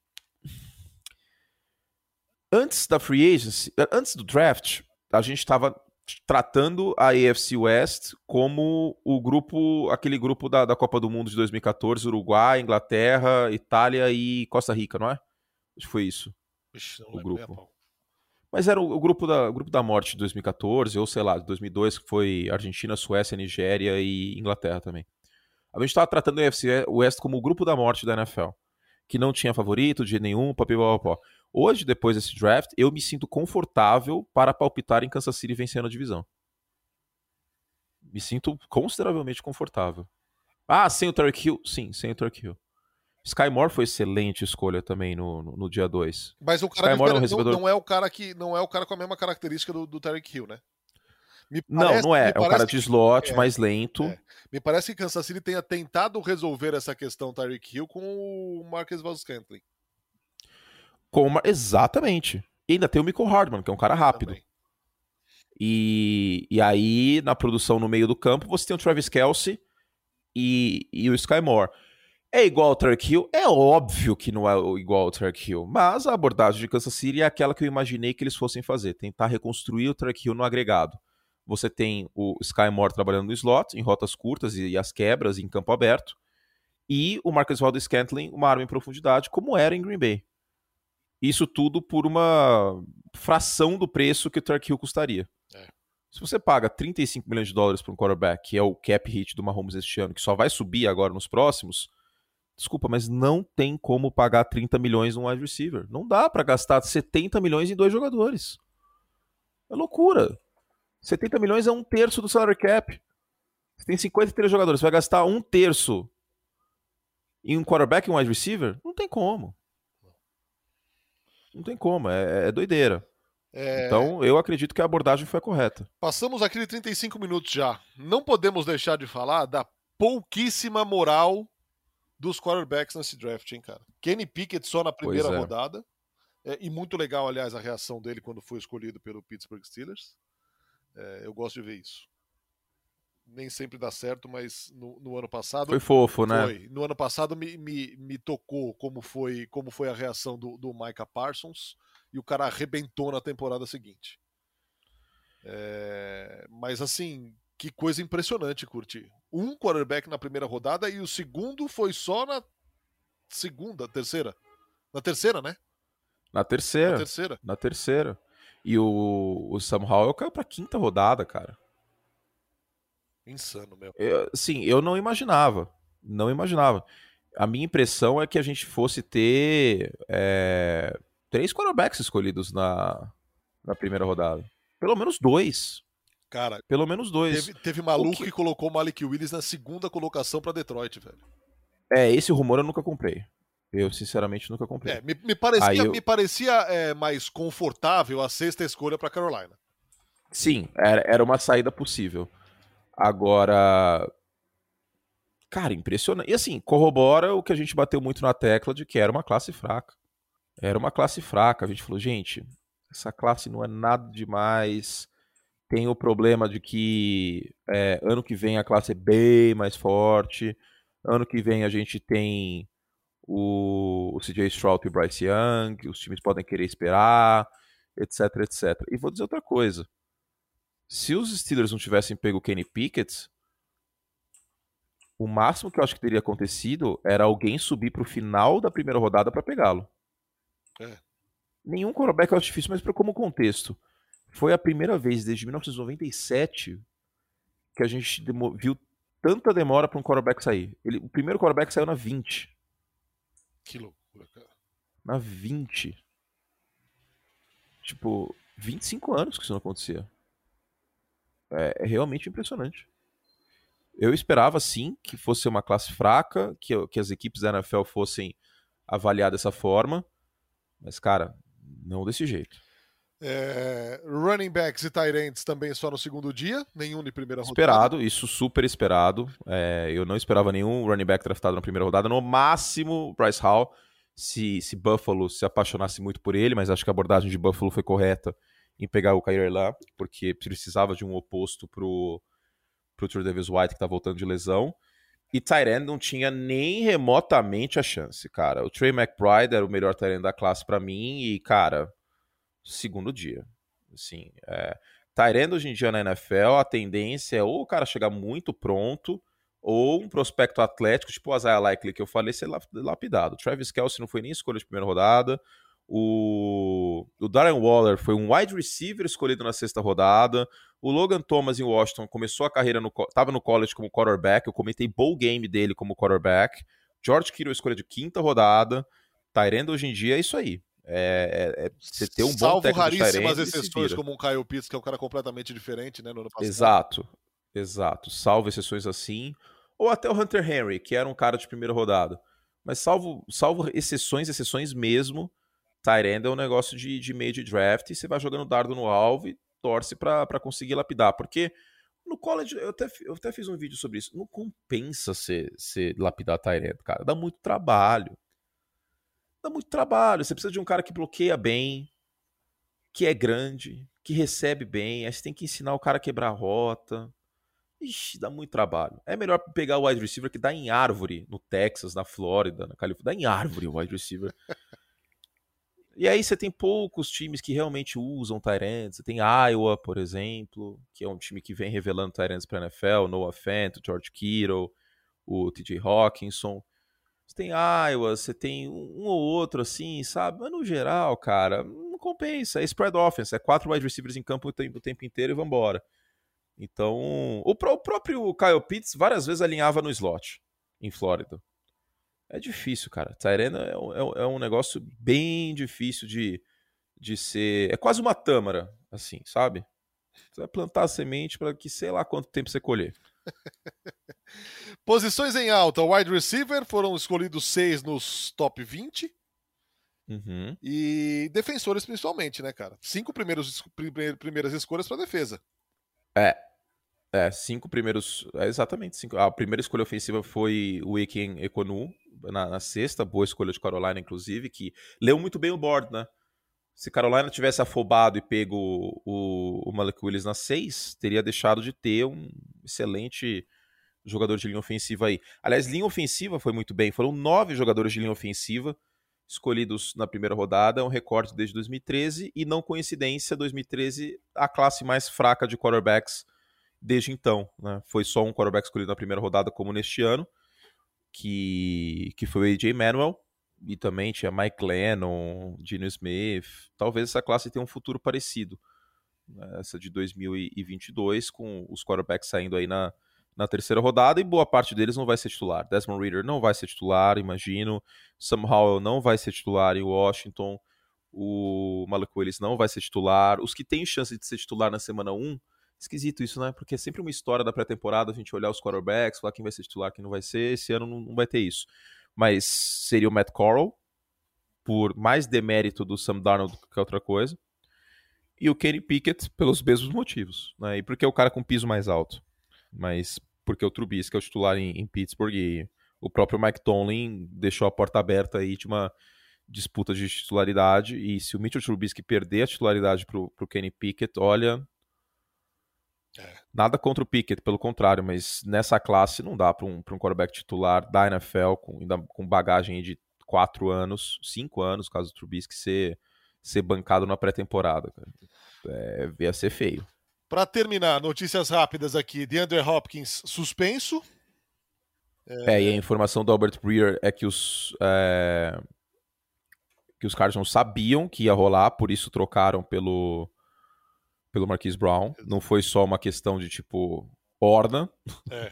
Antes da free agency, antes do draft, a gente estava tratando a A F C West como o grupo, aquele grupo da, da Copa do Mundo de dois mil e catorze, Uruguai, Inglaterra, Itália e Costa Rica, não é? Acho que foi isso. Ixi, não o lembro, grupo. Mas era o, o, grupo da, o grupo da morte de dois mil e catorze, ou sei lá, de dois mil e dois, que foi Argentina, Suécia, Nigéria e Inglaterra também. A gente estava tratando a A F C West como o grupo da morte da N F L, que não tinha favorito de nenhum, papapá. Hoje, depois desse draft, eu me sinto confortável para palpitar em Kansas City vencendo a divisão. Me sinto consideravelmente confortável. Ah, sem o Tyreek Hill? Sim, sem o Tyreek Hill. Sky Moore foi excelente escolha também no, no, no dia dois. Mas o cara é um recebedor... não, não é o cara que não é o cara com a mesma característica do, do Tyreek Hill, né? Me parece, não, não é. É um cara de slot, que, mais lento. É. Me parece que Kansas City tenha tentado resolver essa questão Tyreek Hill com o Marquez Valdes-Scantling. Com uma... Exatamente. E ainda tem o Mecole Hardman, que é um cara rápido. E, e aí, na produção no meio do campo, você tem o Travis Kelce e, e o Sky Moore. É igual ao Tyreek Hill? É óbvio que não é igual ao Tyreek Hill, mas a abordagem de Kansas City é aquela que eu imaginei que eles fossem fazer, tentar reconstruir o Tyreek Hill no agregado. Você tem o Sky Moore trabalhando no slot, em rotas curtas e, e as quebras em campo aberto, e o Marquez Valdes-Scantling, uma arma em profundidade, como era em Green Bay. Isso tudo por uma fração do preço que o Tyreek Hill custaria. É. Se você paga trinta e cinco milhões de dólares para um quarterback, que é o cap hit do Mahomes este ano, que só vai subir agora nos próximos, desculpa, mas não tem como pagar trinta milhões num wide receiver. Não dá para gastar setenta milhões em dois jogadores. É loucura. setenta milhões é um terço do salary cap. Você tem cinquenta e três jogadores, você vai gastar um terço em um quarterback e um wide receiver? Não tem como. Não tem como, é, é doideira. É... Então, eu acredito que a abordagem foi a correta. Passamos aqui de trinta e cinco minutos já. Não podemos deixar de falar da pouquíssima moral dos quarterbacks nesse draft, hein, cara? Kenny Pickett só na primeira é. rodada. É, e muito legal, aliás, a reação dele quando foi escolhido pelo Pittsburgh Steelers. É, eu gosto de ver isso. Nem sempre dá certo, mas no, no ano passado... Foi fofo, né? Foi. No ano passado me, me, me tocou como foi, como foi a reação do, do Micah Parsons, e o cara arrebentou na temporada seguinte. É, mas assim, que coisa impressionante, Curti. Um quarterback na primeira rodada e o segundo foi só na segunda, terceira. Na terceira, né? Na terceira. Na terceira. Na terceira. E o, o Sam Howell caiu pra quinta rodada, cara. Insano, meu. Eu, sim, eu não imaginava. Não imaginava. A minha impressão é que a gente fosse ter é, três quarterbacks escolhidos na, na primeira rodada. Pelo menos dois. Cara, Pelo menos dois. Teve, teve maluco que... que colocou o Malik Willis na segunda colocação pra Detroit, velho. É, esse rumor eu nunca comprei. Eu, sinceramente, nunca comprei. É, me, me parecia, eu... me parecia é, mais confortável a sexta escolha pra Carolina. Sim, era, era uma saída possível. Agora, cara, impressionante. E assim, corrobora o que a gente bateu muito na tecla de que era uma classe fraca. Era uma classe fraca. A gente falou, gente, essa classe não é nada demais. Tem o problema de que é, ano que vem a classe é bem mais forte. Ano que vem a gente tem o, o C J Stroud e o Bryce Young. Os times podem querer esperar, etc, etcétera. E vou dizer outra coisa. Se os Steelers não tivessem pego o Kenny Pickett, o máximo que eu acho que teria acontecido era alguém subir pro final da primeira rodada para pegá-lo. É. Nenhum quarterback eu acho difícil, mas como contexto. Foi a primeira vez desde mil novecentos e noventa e sete que a gente viu tanta demora para um quarterback sair. Ele, o primeiro quarterback saiu na vinte. Que loucura, cara. Na vinte. Tipo, vinte e cinco anos que isso não acontecia. É, é realmente impressionante. Eu esperava, sim, que fosse uma classe fraca, que, que as equipes da N F L fossem avaliar dessa forma, mas, cara, não desse jeito. É, running backs e tight ends também só no segundo dia, nenhum de primeira Esperado, rodada. isso super esperado. É, eu não esperava nenhum running back draftado na primeira rodada. No máximo, Bryce Hall, se, se Buffalo se apaixonasse muito por ele, mas acho que a abordagem de Buffalo foi correta em pegar o Kaiir lá, porque precisava de um oposto pro, pro Tre'Davious White, que tá voltando de lesão. E tight end não tinha nem remotamente a chance, cara. O Trey McBride era o melhor tight end da classe para mim e, cara, segundo dia. Assim, é... tight end hoje em dia na N F L, a tendência é ou o cara chegar muito pronto ou um prospecto atlético, tipo o Isaiah Likely que eu falei, ser lapidado. O Travis Kelce não foi nem escolha de primeira rodada. O... o Darren Waller foi um wide receiver escolhido na sexta rodada. O Logan Thomas em Washington começou a carreira, no, tava no college como quarterback, eu comentei bowl game dele como quarterback. George Kittle escolha de quinta rodada. Tyrande hoje em dia é isso aí. É, é, é você ter um bom Salvo técnico de raríssimas Tyrande, exceções, como um Kyle Pitts, que é um cara completamente diferente, né, no ano passado. Exato, exato. Salvo exceções assim. Ou até o Hunter Henry, que era um cara de primeira rodada. Mas salvo, salvo exceções, exceções mesmo, Tyrande é um negócio de, de meio de draft e você vai jogando dardo no alvo e torce para conseguir lapidar. Porque no college, eu até, eu até fiz um vídeo sobre isso, não compensa ser, ser lapidar Tyrande, cara. Dá muito trabalho. Dá muito trabalho. Você precisa de um cara que bloqueia bem, que é grande, que recebe bem. Aí você tem que ensinar o cara a quebrar a rota. Ixi, dá muito trabalho. É melhor pegar o wide receiver que dá em árvore no Texas, na Flórida, na Califórnia. Dá em árvore o wide receiver. E aí você tem poucos times que realmente usam tight ends. Você tem Iowa, por exemplo, que é um time que vem revelando tight ends para a N F L, Noah Fant, o George Kittle, o T J Hawkinson. Você tem Iowa, você tem um ou outro assim, sabe? Mas no geral, cara, não compensa. É spread offense, é quatro wide receivers em campo o tempo, o tempo inteiro e vambora. Então, o, o próprio Kyle Pitts várias vezes alinhava no slot em Flórida. É difícil, cara. Tyrene é, é, é um negócio bem difícil de, de ser... É quase uma tâmara, assim, sabe? Você vai plantar a semente para que sei lá quanto tempo você colher. Posições em alta, wide receiver, foram escolhidos seis nos top vinte. Uhum. E defensores principalmente, né, cara? Cinco primeiros, primeiras escolhas para defesa. É. É, cinco primeiros. É, exatamente, cinco. A primeira escolha ofensiva foi o Ikem Ekonu, na, na sexta, boa escolha de Carolina, inclusive, que leu muito bem o board, né? Se Carolina tivesse afobado e pego o, o Malik Willis na seis, teria deixado de ter um excelente jogador de linha ofensiva aí. Aliás, linha ofensiva foi muito bem. Foram nove jogadores de linha ofensiva escolhidos na primeira rodada, um recorde desde dois mil e treze, e não coincidência, dois mil e treze, a classe mais fraca de quarterbacks desde então. Né? Foi só um quarterback escolhido na primeira rodada, como neste ano, que, que foi o A J Manuel, e também tinha Mike Lennon, Geno Smith. Talvez essa classe tenha um futuro parecido, né? Essa de dois mil e vinte e dois, com os quarterbacks saindo aí na, na terceira rodada, e boa parte deles não vai ser titular. Desmond Ridder não vai ser titular, imagino. Sam Howell não vai ser titular em Washington. O Malik Willis não vai ser titular. Os que têm chance de ser titular na semana um, esquisito isso, né? Porque é sempre uma história da pré-temporada, a gente olhar os quarterbacks, falar quem vai ser titular, quem não vai ser. Esse ano não, não vai ter isso. Mas seria o Matt Corral, por mais demérito do Sam Darnold que outra coisa. E o Kenny Pickett pelos mesmos motivos. Né? E porque é o cara com piso mais alto. Mas porque o Trubisky é o titular em, em Pittsburgh, e o próprio Mike Tomlin deixou a porta aberta aí de uma disputa de titularidade. E se o Mitchell Trubisky perder a titularidade pro, pro Kenny Pickett, olha... É. Nada contra o Pickett, pelo contrário, mas nessa classe não dá para um, pra um quarterback titular da N F L, com, ainda com bagagem de quatro anos, cinco anos, caso do Trubisky, ser, ser bancado na pré-temporada. É, ia ser feio. Para terminar, notícias rápidas aqui. DeAndre Hopkins suspenso. É... é, e a informação do Albert Breer é que os, é, que os Cardinals sabiam que ia rolar, por isso trocaram pelo... pelo Marquise Brown. Não foi só uma questão de, tipo, orna. É.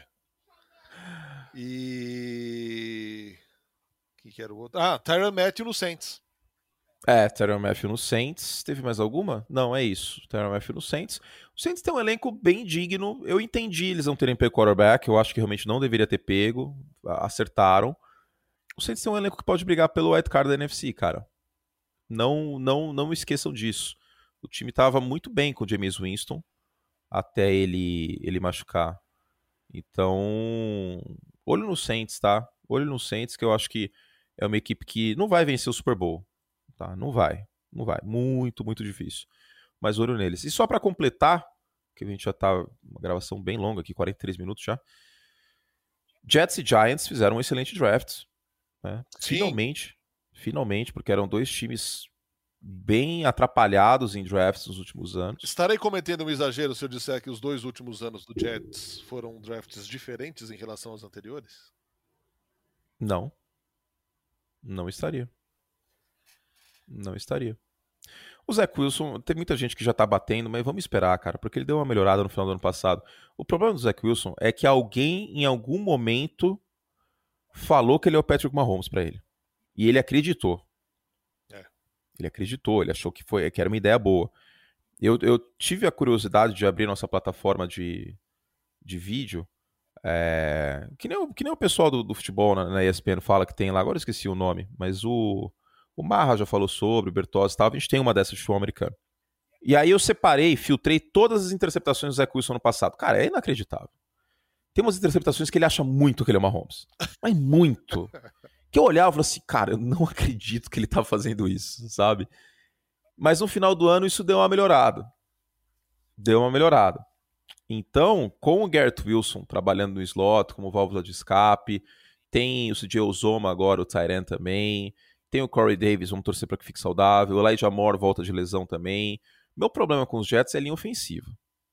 E... Quem que era o outro? Ah, Tyrann Mathieu no Saints. É, Tyrann Mathieu no Saints. Teve mais alguma? Não, é isso. Tyrann Mathieu no Saints. O Saints tem um elenco bem digno. Eu entendi eles não terem pego quarterback. Eu acho que realmente não deveria ter pego. Acertaram. O Saints tem um elenco que pode brigar pelo wild card da N F C, cara. Não, não, não esqueçam disso. O time estava muito bem com o Jameis Winston até ele, ele machucar. Então, olho no Saints, tá? Olho no Saints, que eu acho que é uma equipe que não vai vencer o Super Bowl. Tá? Não vai. Não vai. Muito, muito difícil. Mas olho neles. E só para completar, que a gente já tá uma gravação bem longa aqui, quarenta e três minutos já. Jets e Giants fizeram um excelente draft. Né? Finalmente. Finalmente, porque eram dois times bem atrapalhados em drafts nos últimos anos. Estarei cometendo um exagero se eu disser que os dois últimos anos do Jets foram drafts diferentes em relação aos anteriores? Não. Não estaria. Não estaria. O Zach Wilson, tem muita gente que já tá batendo, mas vamos esperar, cara, porque ele deu uma melhorada no final do ano passado. O problema do Zach Wilson é que alguém, em algum momento, falou que ele é o Patrick Mahomes pra ele. E ele acreditou. Ele acreditou, ele achou que, foi, que era uma ideia boa. Eu, eu tive a curiosidade de abrir nossa plataforma de, de vídeo, é, que, nem o, que nem o pessoal do, do futebol na, na E S P N fala que tem lá, agora eu esqueci o nome, mas o, o Marra já falou sobre, o Bertozzi e tal, a gente tem uma dessas de futebol americano. E aí eu separei, filtrei todas as interceptações do Zach Wilson no passado. Cara, é inacreditável. Tem umas interceptações que ele acha muito que ele é o Mahomes. Mas muito. Que eu olhava e falava assim, cara, eu não acredito que ele tá fazendo isso, sabe? Mas no final do ano isso deu uma melhorada. Deu uma melhorada. Então, com o Garrett Wilson trabalhando no slot, como válvula de escape, tem o C J Uzomah agora, o Tyrann também, tem o Corey Davis, vamos torcer para que fique saudável, o Elijah Moore volta de lesão também. Meu problema com os Jets é a linha ofensiva.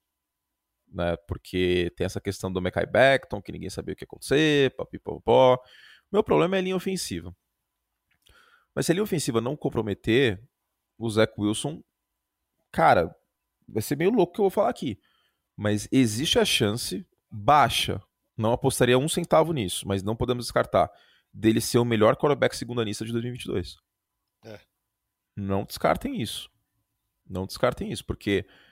Né? Porque tem essa questão do Mekhi Becton, que ninguém sabia o que ia acontecer, papipopó. Meu problema é a linha ofensiva. Mas se a linha ofensiva não comprometer, o Zach Wilson, cara, vai ser meio louco o que eu vou falar aqui. Mas existe a chance baixa, não apostaria um centavo nisso, mas não podemos descartar, dele ser o melhor quarterback segundanista de dois mil e vinte e dois. É. Não descartem isso. Não descartem isso, porque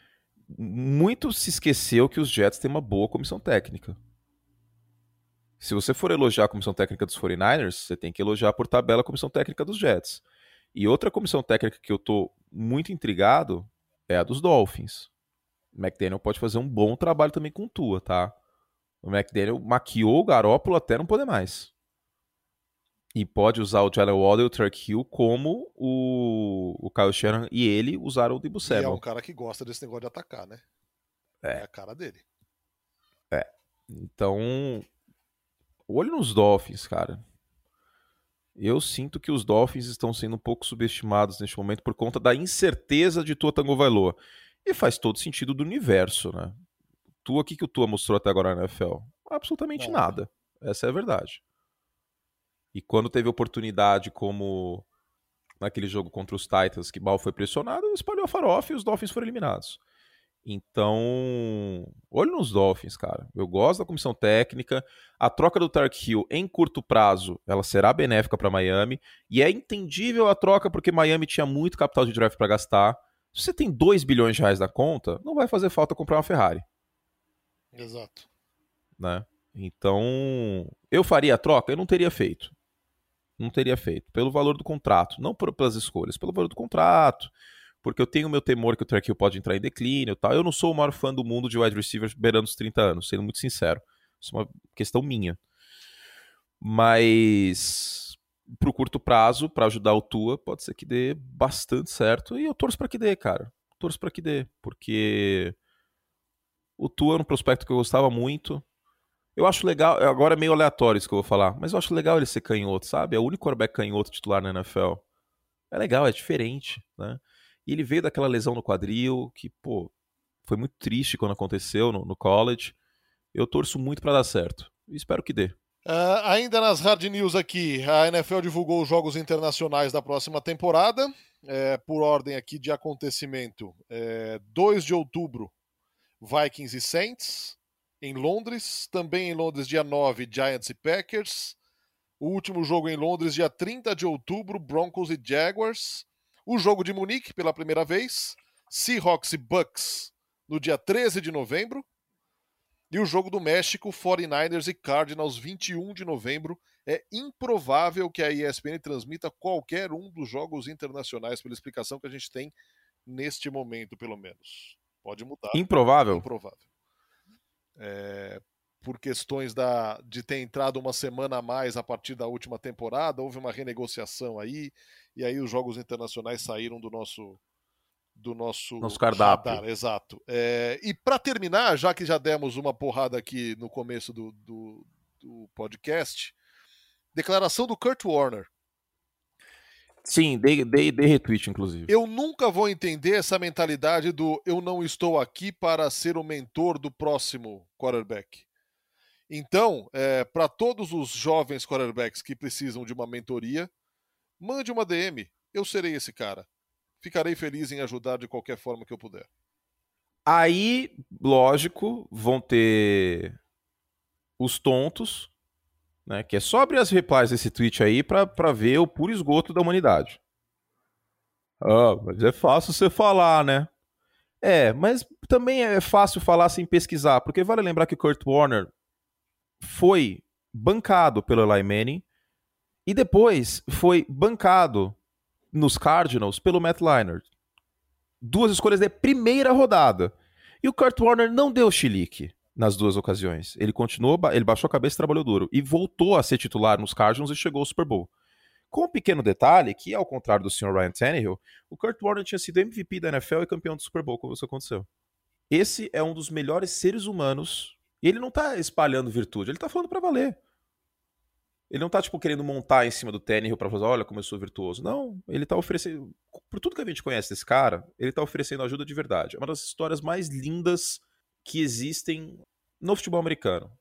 muito se esqueceu que os Jets têm uma boa comissão técnica. Se você for elogiar a comissão técnica dos forty-niners, você tem que elogiar por tabela a comissão técnica dos Jets. E outra comissão técnica que eu tô muito intrigado é a dos Dolphins. O McDaniel pode fazer um bom trabalho também com o Tua, tá? O McDaniel maquiou o Garoppolo até não poder mais. E pode usar o Jalen Waddle e o Turk Hill como o, o Kyle Shanahan e ele usaram o Deebo E é Samuel. um cara que gosta desse negócio de atacar, né? É. É a cara dele. É. Então, olho nos Dolphins, cara. Eu sinto que os Dolphins estão sendo um pouco subestimados neste momento por conta da incerteza de Tua Tagovailoa. E faz todo sentido do universo, né? Tua, o que, que o Tua mostrou até agora na N F L? Absolutamente Nada. nada. Essa é a verdade. E quando teve oportunidade, como naquele jogo contra os Titans, que mal foi pressionado, espalhou a farofa e os Dolphins foram eliminados. Então, olho nos Dolphins, cara. Eu gosto da comissão técnica. A troca do Tark Hill, em curto prazo, ela será benéfica para Miami. E é entendível a troca porque Miami tinha muito capital de draft para gastar. Se você tem dois bilhões de reais na conta, não vai fazer falta comprar uma Ferrari. Exato. Né? Então, eu faria a troca? Eu não teria feito. Não teria feito. Pelo valor do contrato. Não por, pelas escolhas, pelo valor do contrato. Porque eu tenho meu temor que o Tark Hill pode entrar em declínio e tal. Eu não sou o maior fã do mundo de wide receivers beirando os trinta anos, sendo muito sincero. Isso é uma questão minha. Mas pro curto prazo, para ajudar o Tua, pode ser que dê bastante certo. E eu torço para que dê, cara. Torço para que dê. Porque o Tua era um prospecto que eu gostava muito. Eu acho legal, agora é meio aleatório isso que eu vou falar, mas eu acho legal ele ser canhoto, sabe? É o único quarterback canhoto titular na N F L. É legal, é diferente, né? E ele veio daquela lesão no quadril, que, pô, foi muito triste quando aconteceu no, no college. Eu torço muito pra dar certo. E espero que dê. Uh, ainda nas hard news aqui, a N F L divulgou os jogos internacionais da próxima temporada. É, por ordem aqui de acontecimento, é, dois de outubro, Vikings e Saints. Em Londres, também em Londres, dia nove, Giants e Packers. O último jogo em Londres, dia trinta de outubro, Broncos e Jaguars. O jogo de Munique, pela primeira vez, Seahawks e Bucks, no dia treze de novembro. E o jogo do México, forty-niners e Cardinals, vinte e um de novembro. É improvável que a E S P N transmita qualquer um dos jogos internacionais, pela explicação que a gente tem neste momento, pelo menos. Pode mudar. Improvável? Improvável. É, por questões da, de ter entrado uma semana a mais a partir da última temporada, houve uma renegociação aí, e aí os jogos internacionais saíram do nosso do nosso, nosso cardápio. Radar, exato. É, e para terminar, já que já demos uma porrada aqui no começo do, do, do podcast, declaração do Kurt Warner. Sim, dei, dei, dei retweet, inclusive. Eu nunca vou entender essa mentalidade do eu não estou aqui para ser o mentor do próximo quarterback. Então, é, para todos os jovens quarterbacks que precisam de uma mentoria, mande uma D M. Eu serei esse cara. Ficarei feliz em ajudar de qualquer forma que eu puder. Aí, lógico, vão ter os tontos, né? Que é só abrir as replies desse tweet aí pra, pra ver o puro esgoto da humanidade. Ah, mas é fácil você falar, né? É, mas também é fácil falar sem pesquisar, porque vale lembrar que o Kurt Warner foi bancado pelo Eli Manning e depois foi bancado nos Cardinals pelo Matt Leinart. Duas escolhas de primeira rodada. E o Kurt Warner não deu chilique nas duas ocasiões. Ele continuou, ele baixou a cabeça e trabalhou duro. E voltou a ser titular nos Cardinals e chegou ao Super Bowl. Com um pequeno detalhe, que ao contrário do senhor Ryan Tannehill, o Kurt Warner tinha sido M V P da N F L e campeão do Super Bowl quando isso aconteceu. Esse é um dos melhores seres humanos. E ele não tá espalhando virtude, ele tá falando pra valer. Ele não tá, tipo, querendo montar em cima do Tannehill pra falar, olha como eu sou virtuoso. Não, ele tá oferecendo... Por tudo que a gente conhece desse cara, ele tá oferecendo ajuda de verdade. É uma das histórias mais lindas que existem no futebol americano.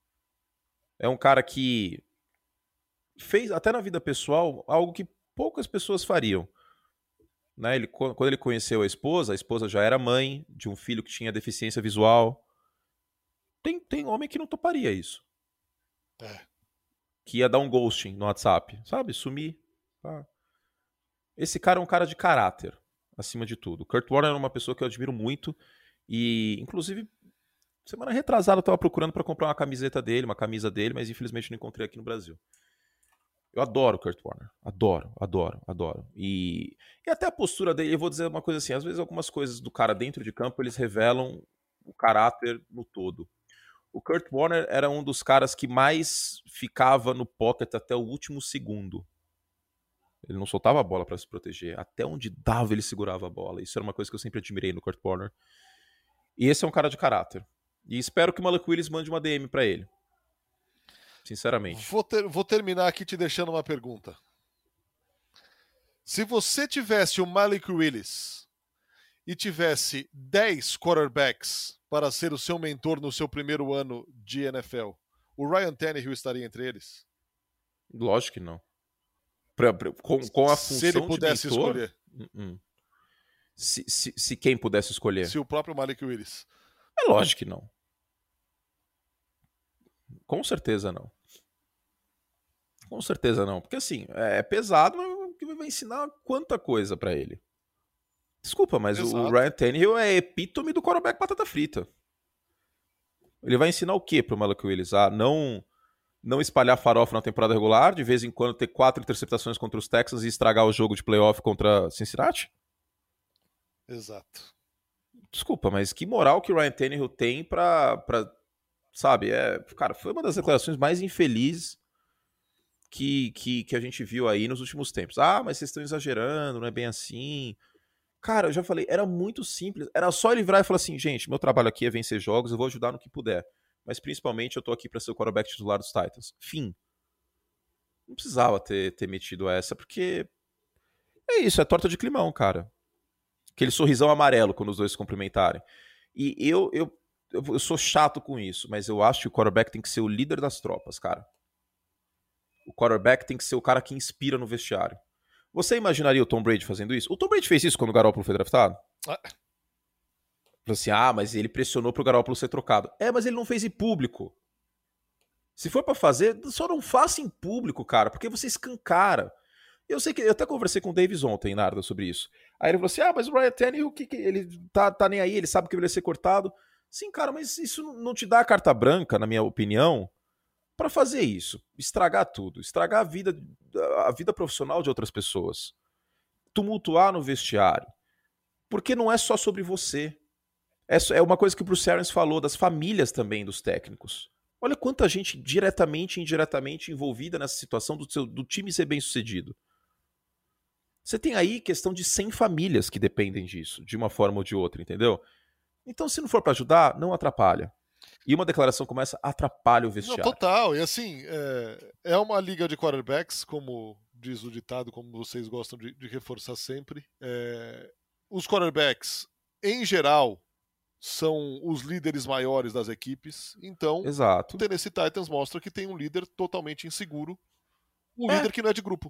É um cara que fez, até na vida pessoal, algo que poucas pessoas fariam. Né? Ele, quando ele conheceu a esposa, a esposa já era mãe de um filho que tinha deficiência visual. Tem, tem homem que não toparia isso. É. Que ia dar um ghosting no WhatsApp, sabe? Sumir. Tá? Esse cara é um cara de caráter, acima de tudo. Kurt Warner é uma pessoa que eu admiro muito E, inclusive, semana retrasada eu tava procurando para comprar uma camiseta dele, uma camisa dele, mas infelizmente não encontrei aqui no Brasil. Eu adoro o Kurt Warner. Adoro, adoro, adoro. E, e até a postura dele, eu vou dizer uma coisa assim, às vezes algumas coisas do cara dentro de campo, eles revelam o caráter no todo. O Kurt Warner era um dos caras que mais ficava no pocket até o último segundo. Ele não soltava a bola para se proteger. Até onde dava, ele segurava a bola. Isso era uma coisa que eu sempre admirei no Kurt Warner. E esse é um cara de caráter. E espero que o Malik Willis mande uma D M para ele. Sinceramente. Vou, ter, vou terminar aqui te deixando uma pergunta. Se você tivesse o Malik Willis e tivesse dez quarterbacks para ser o seu mentor no seu primeiro ano de N F L, o Ryan Tannehill estaria entre eles? Lógico que não. Pra, pra, com, com a função se ele pudesse de mentor, escolher. Uh -uh. Se, se, se quem pudesse escolher. Se o próprio Malik Willis. É lógico que não. Com certeza não. Com certeza não. Porque assim, é pesado, mas vai ensinar quanta coisa pra ele. Desculpa, mas Exato. O Ryan Tannehill é epítome do quarterback batata frita. Ele vai ensinar o quê pro Malik Willis? Ah, não, não espalhar farofa na temporada regular, de vez em quando ter quatro interceptações contra os Texans e estragar o jogo de playoff contra Cincinnati? Exato. Desculpa, mas que moral que o Ryan Tannehill tem pra... pra sabe, é, cara, foi uma das declarações mais infelizes que, que, que a gente viu aí nos últimos tempos. Ah, mas vocês estão exagerando, não é bem assim. Cara, eu já falei, era muito simples. Era só ele virar e falar assim, gente, meu trabalho aqui é vencer jogos, eu vou ajudar no que puder. Mas principalmente eu tô aqui pra ser o quarterback titular dos Titans. Fim. Não precisava ter, ter metido essa, porque é isso, é torta de climão, cara. Aquele sorrisão amarelo quando os dois se cumprimentarem. E eu, eu, eu sou chato com isso, mas eu acho que o quarterback tem que ser o líder das tropas, cara. O quarterback tem que ser o cara que inspira no vestiário. Você imaginaria o Tom Brady fazendo isso? O Tom Brady fez isso quando o Garoppolo foi draftado? Ah. Falou assim, ah, mas ele pressionou pro Garoppolo ser trocado. É, mas ele não fez em público. Se for pra fazer, só não faça em público, cara, porque você escancara. Eu sei que, eu até conversei com o Davis ontem, Narda, sobre isso. Aí ele falou assim, ah, mas o Ryan Tannehill, que, que, ele tá, tá nem aí, ele sabe que ele vai ser cortado. Sim, cara, mas isso não te dá a carta branca, na minha opinião, para fazer isso, estragar tudo, estragar a vida, a vida profissional de outras pessoas, tumultuar no vestiário, porque não é só sobre você. É uma coisa que o Bruce Arians falou das famílias também dos técnicos. Olha quanta gente diretamente e indiretamente envolvida nessa situação do, seu, do time ser bem sucedido. Você tem aí questão de cem famílias que dependem disso, de uma forma ou de outra, entendeu? Então, se não for para ajudar, não atrapalha. E uma declaração como essa atrapalha o vestiário. Não, total. E assim, é, é uma liga de quarterbacks, como diz o ditado, como vocês gostam de, de reforçar sempre. É, os quarterbacks, em geral, são os líderes maiores das equipes. Então, Exato. o Tennessee Titans mostra que tem um líder totalmente inseguro. Um é. líder que não é de grupo.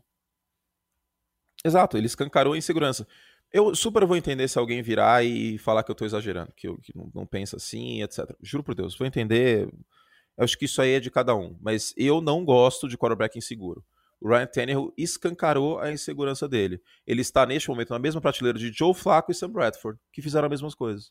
Exato, ele escancarou a insegurança. Eu super vou entender se alguém virar e falar que eu tô exagerando, que eu que não, não pensa assim, etcétera. Juro por Deus, vou entender. Eu acho que isso aí é de cada um. Mas eu não gosto de quarterback inseguro. O Ryan Tannehill escancarou a insegurança dele. Ele está, neste momento, na mesma prateleira de Joe Flacco e Sam Bradford, que fizeram as mesmas coisas.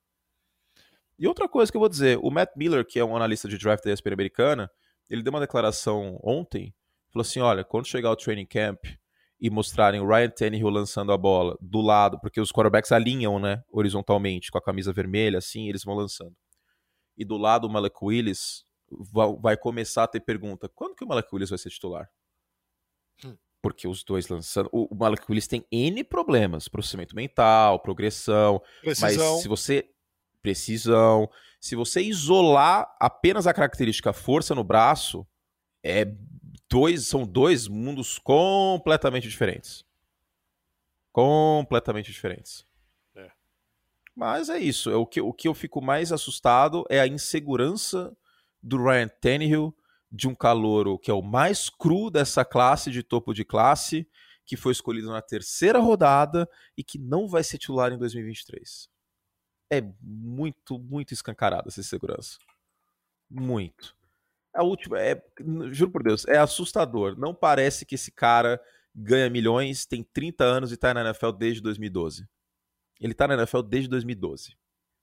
E outra coisa que eu vou dizer, o Matt Miller, que é um analista de draft da E S P N americana, ele deu uma declaração ontem, falou assim, olha, quando chegar o training camp e mostrarem o Ryan Tannehill lançando a bola do lado, porque os quarterbacks alinham, né, horizontalmente, com a camisa vermelha, assim, eles vão lançando. E do lado o Malik Willis vai começar a ter pergunta, quando que o Malik Willis vai ser titular? Hum. Porque os dois lançando... O Malik Willis tem N problemas, processamento mental, progressão, Precisão. Mas se você... Precisão. Se você isolar apenas a característica força no braço, é... Dois, são dois mundos completamente diferentes. Completamente diferentes. É. Mas é isso. É o, que, o que eu fico mais assustado é a insegurança do Ryan Tannehill, de um calouro que é o mais cru dessa classe, de topo de classe, que foi escolhido na terceira rodada e que não vai ser titular em dois mil e vinte e três. É muito, muito escancarada essa insegurança. Muito. A última, é, juro por Deus, é assustador. Não parece que esse cara ganha milhões, tem trinta anos e tá na N F L desde dois mil e doze. Ele tá na N F L desde dois mil e doze.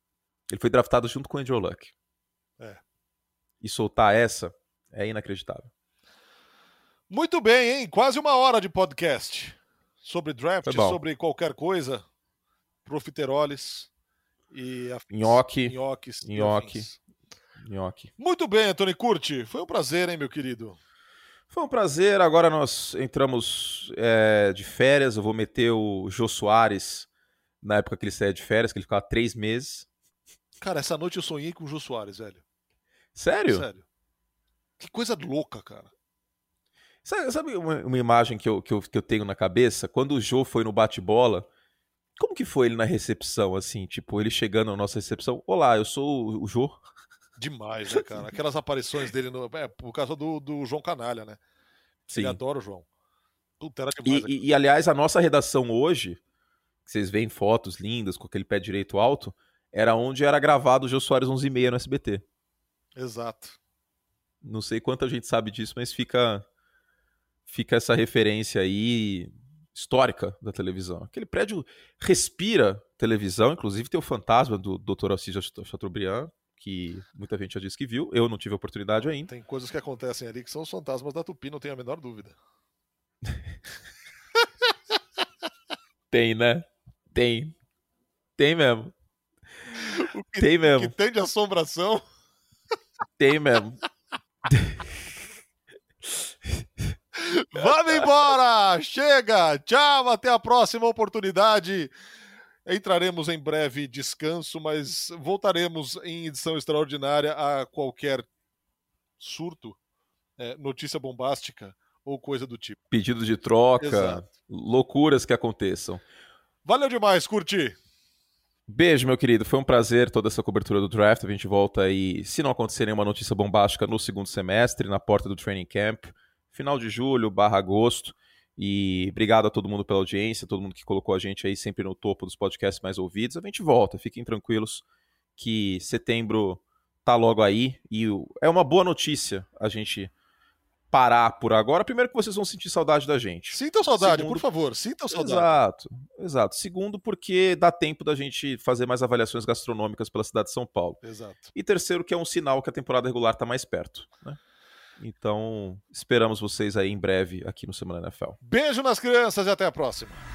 Ele foi draftado junto com o Andrew Luck. É. E soltar essa é inacreditável. Muito bem, hein? Quase uma hora de podcast. Sobre draft, sobre qualquer coisa. Profiteroles e afins. Nhoque. Nhoques. Nhoque. Nhoque. Muito bem, Antônio Curti. Foi um prazer, hein, meu querido? Foi um prazer. Agora nós entramos é, de férias. Eu vou meter o Jô Soares na época que ele saía de férias, que ele ficava três meses. Cara, essa noite eu sonhei com o Jô Soares, velho. Sério? Sério. Que coisa louca, cara. Sabe, sabe uma, uma imagem que eu, que, eu, que eu tenho na cabeça? Quando o Jô foi no bate-bola, como que foi ele na recepção, assim? Tipo, ele chegando na nossa recepção. Olá, eu sou o, o Jô. Demais, né, cara? Aquelas aparições dele no... É, por causa do, do João Canalha, né? Sim. Ele adora o João. Puta, era demais. E, e, e, aliás, a nossa redação hoje, que vocês veem fotos lindas com aquele pé direito alto, era onde era gravado o Jô Soares onze e meia no S B T. Exato. Não sei quanta gente sabe disso, mas fica, fica essa referência aí histórica da televisão. Aquele prédio respira televisão, inclusive tem o fantasma do doutor Alcide Chateaubriand, que muita gente já disse que viu, eu não tive a oportunidade ainda. Tem coisas que acontecem ali que são os fantasmas da Tupi, não tenho a menor dúvida. Tem, né? Tem. Tem mesmo. O que, tem mesmo. O que tem de assombração. Tem mesmo. Vamos embora! Chega! Tchau, até a próxima oportunidade. Entraremos em breve descanso, mas voltaremos em edição extraordinária a qualquer surto, é, notícia bombástica ou coisa do tipo. Pedido de troca, Exato. Loucuras que aconteçam. Valeu demais, curti! Beijo, meu querido. Foi um prazer toda essa cobertura do draft. A gente volta aí, se não acontecer nenhuma notícia bombástica, no segundo semestre, na porta do training camp. Final de julho, barra agosto. E obrigado a todo mundo pela audiência, todo mundo que colocou a gente aí sempre no topo dos podcasts mais ouvidos. A gente volta, fiquem tranquilos que setembro tá logo aí. E é uma boa notícia a gente parar por agora. Primeiro que vocês vão sentir saudade da gente. Sintam saudade, Segundo... por favor, sintam saudade. Exato, exato. Segundo, porque dá tempo da gente fazer mais avaliações gastronômicas pela cidade de São Paulo. Exato. E terceiro, que é um sinal que a temporada regular tá mais perto, né? Então, esperamos vocês aí em breve aqui no Semana N F L. Beijo nas crianças e até a próxima.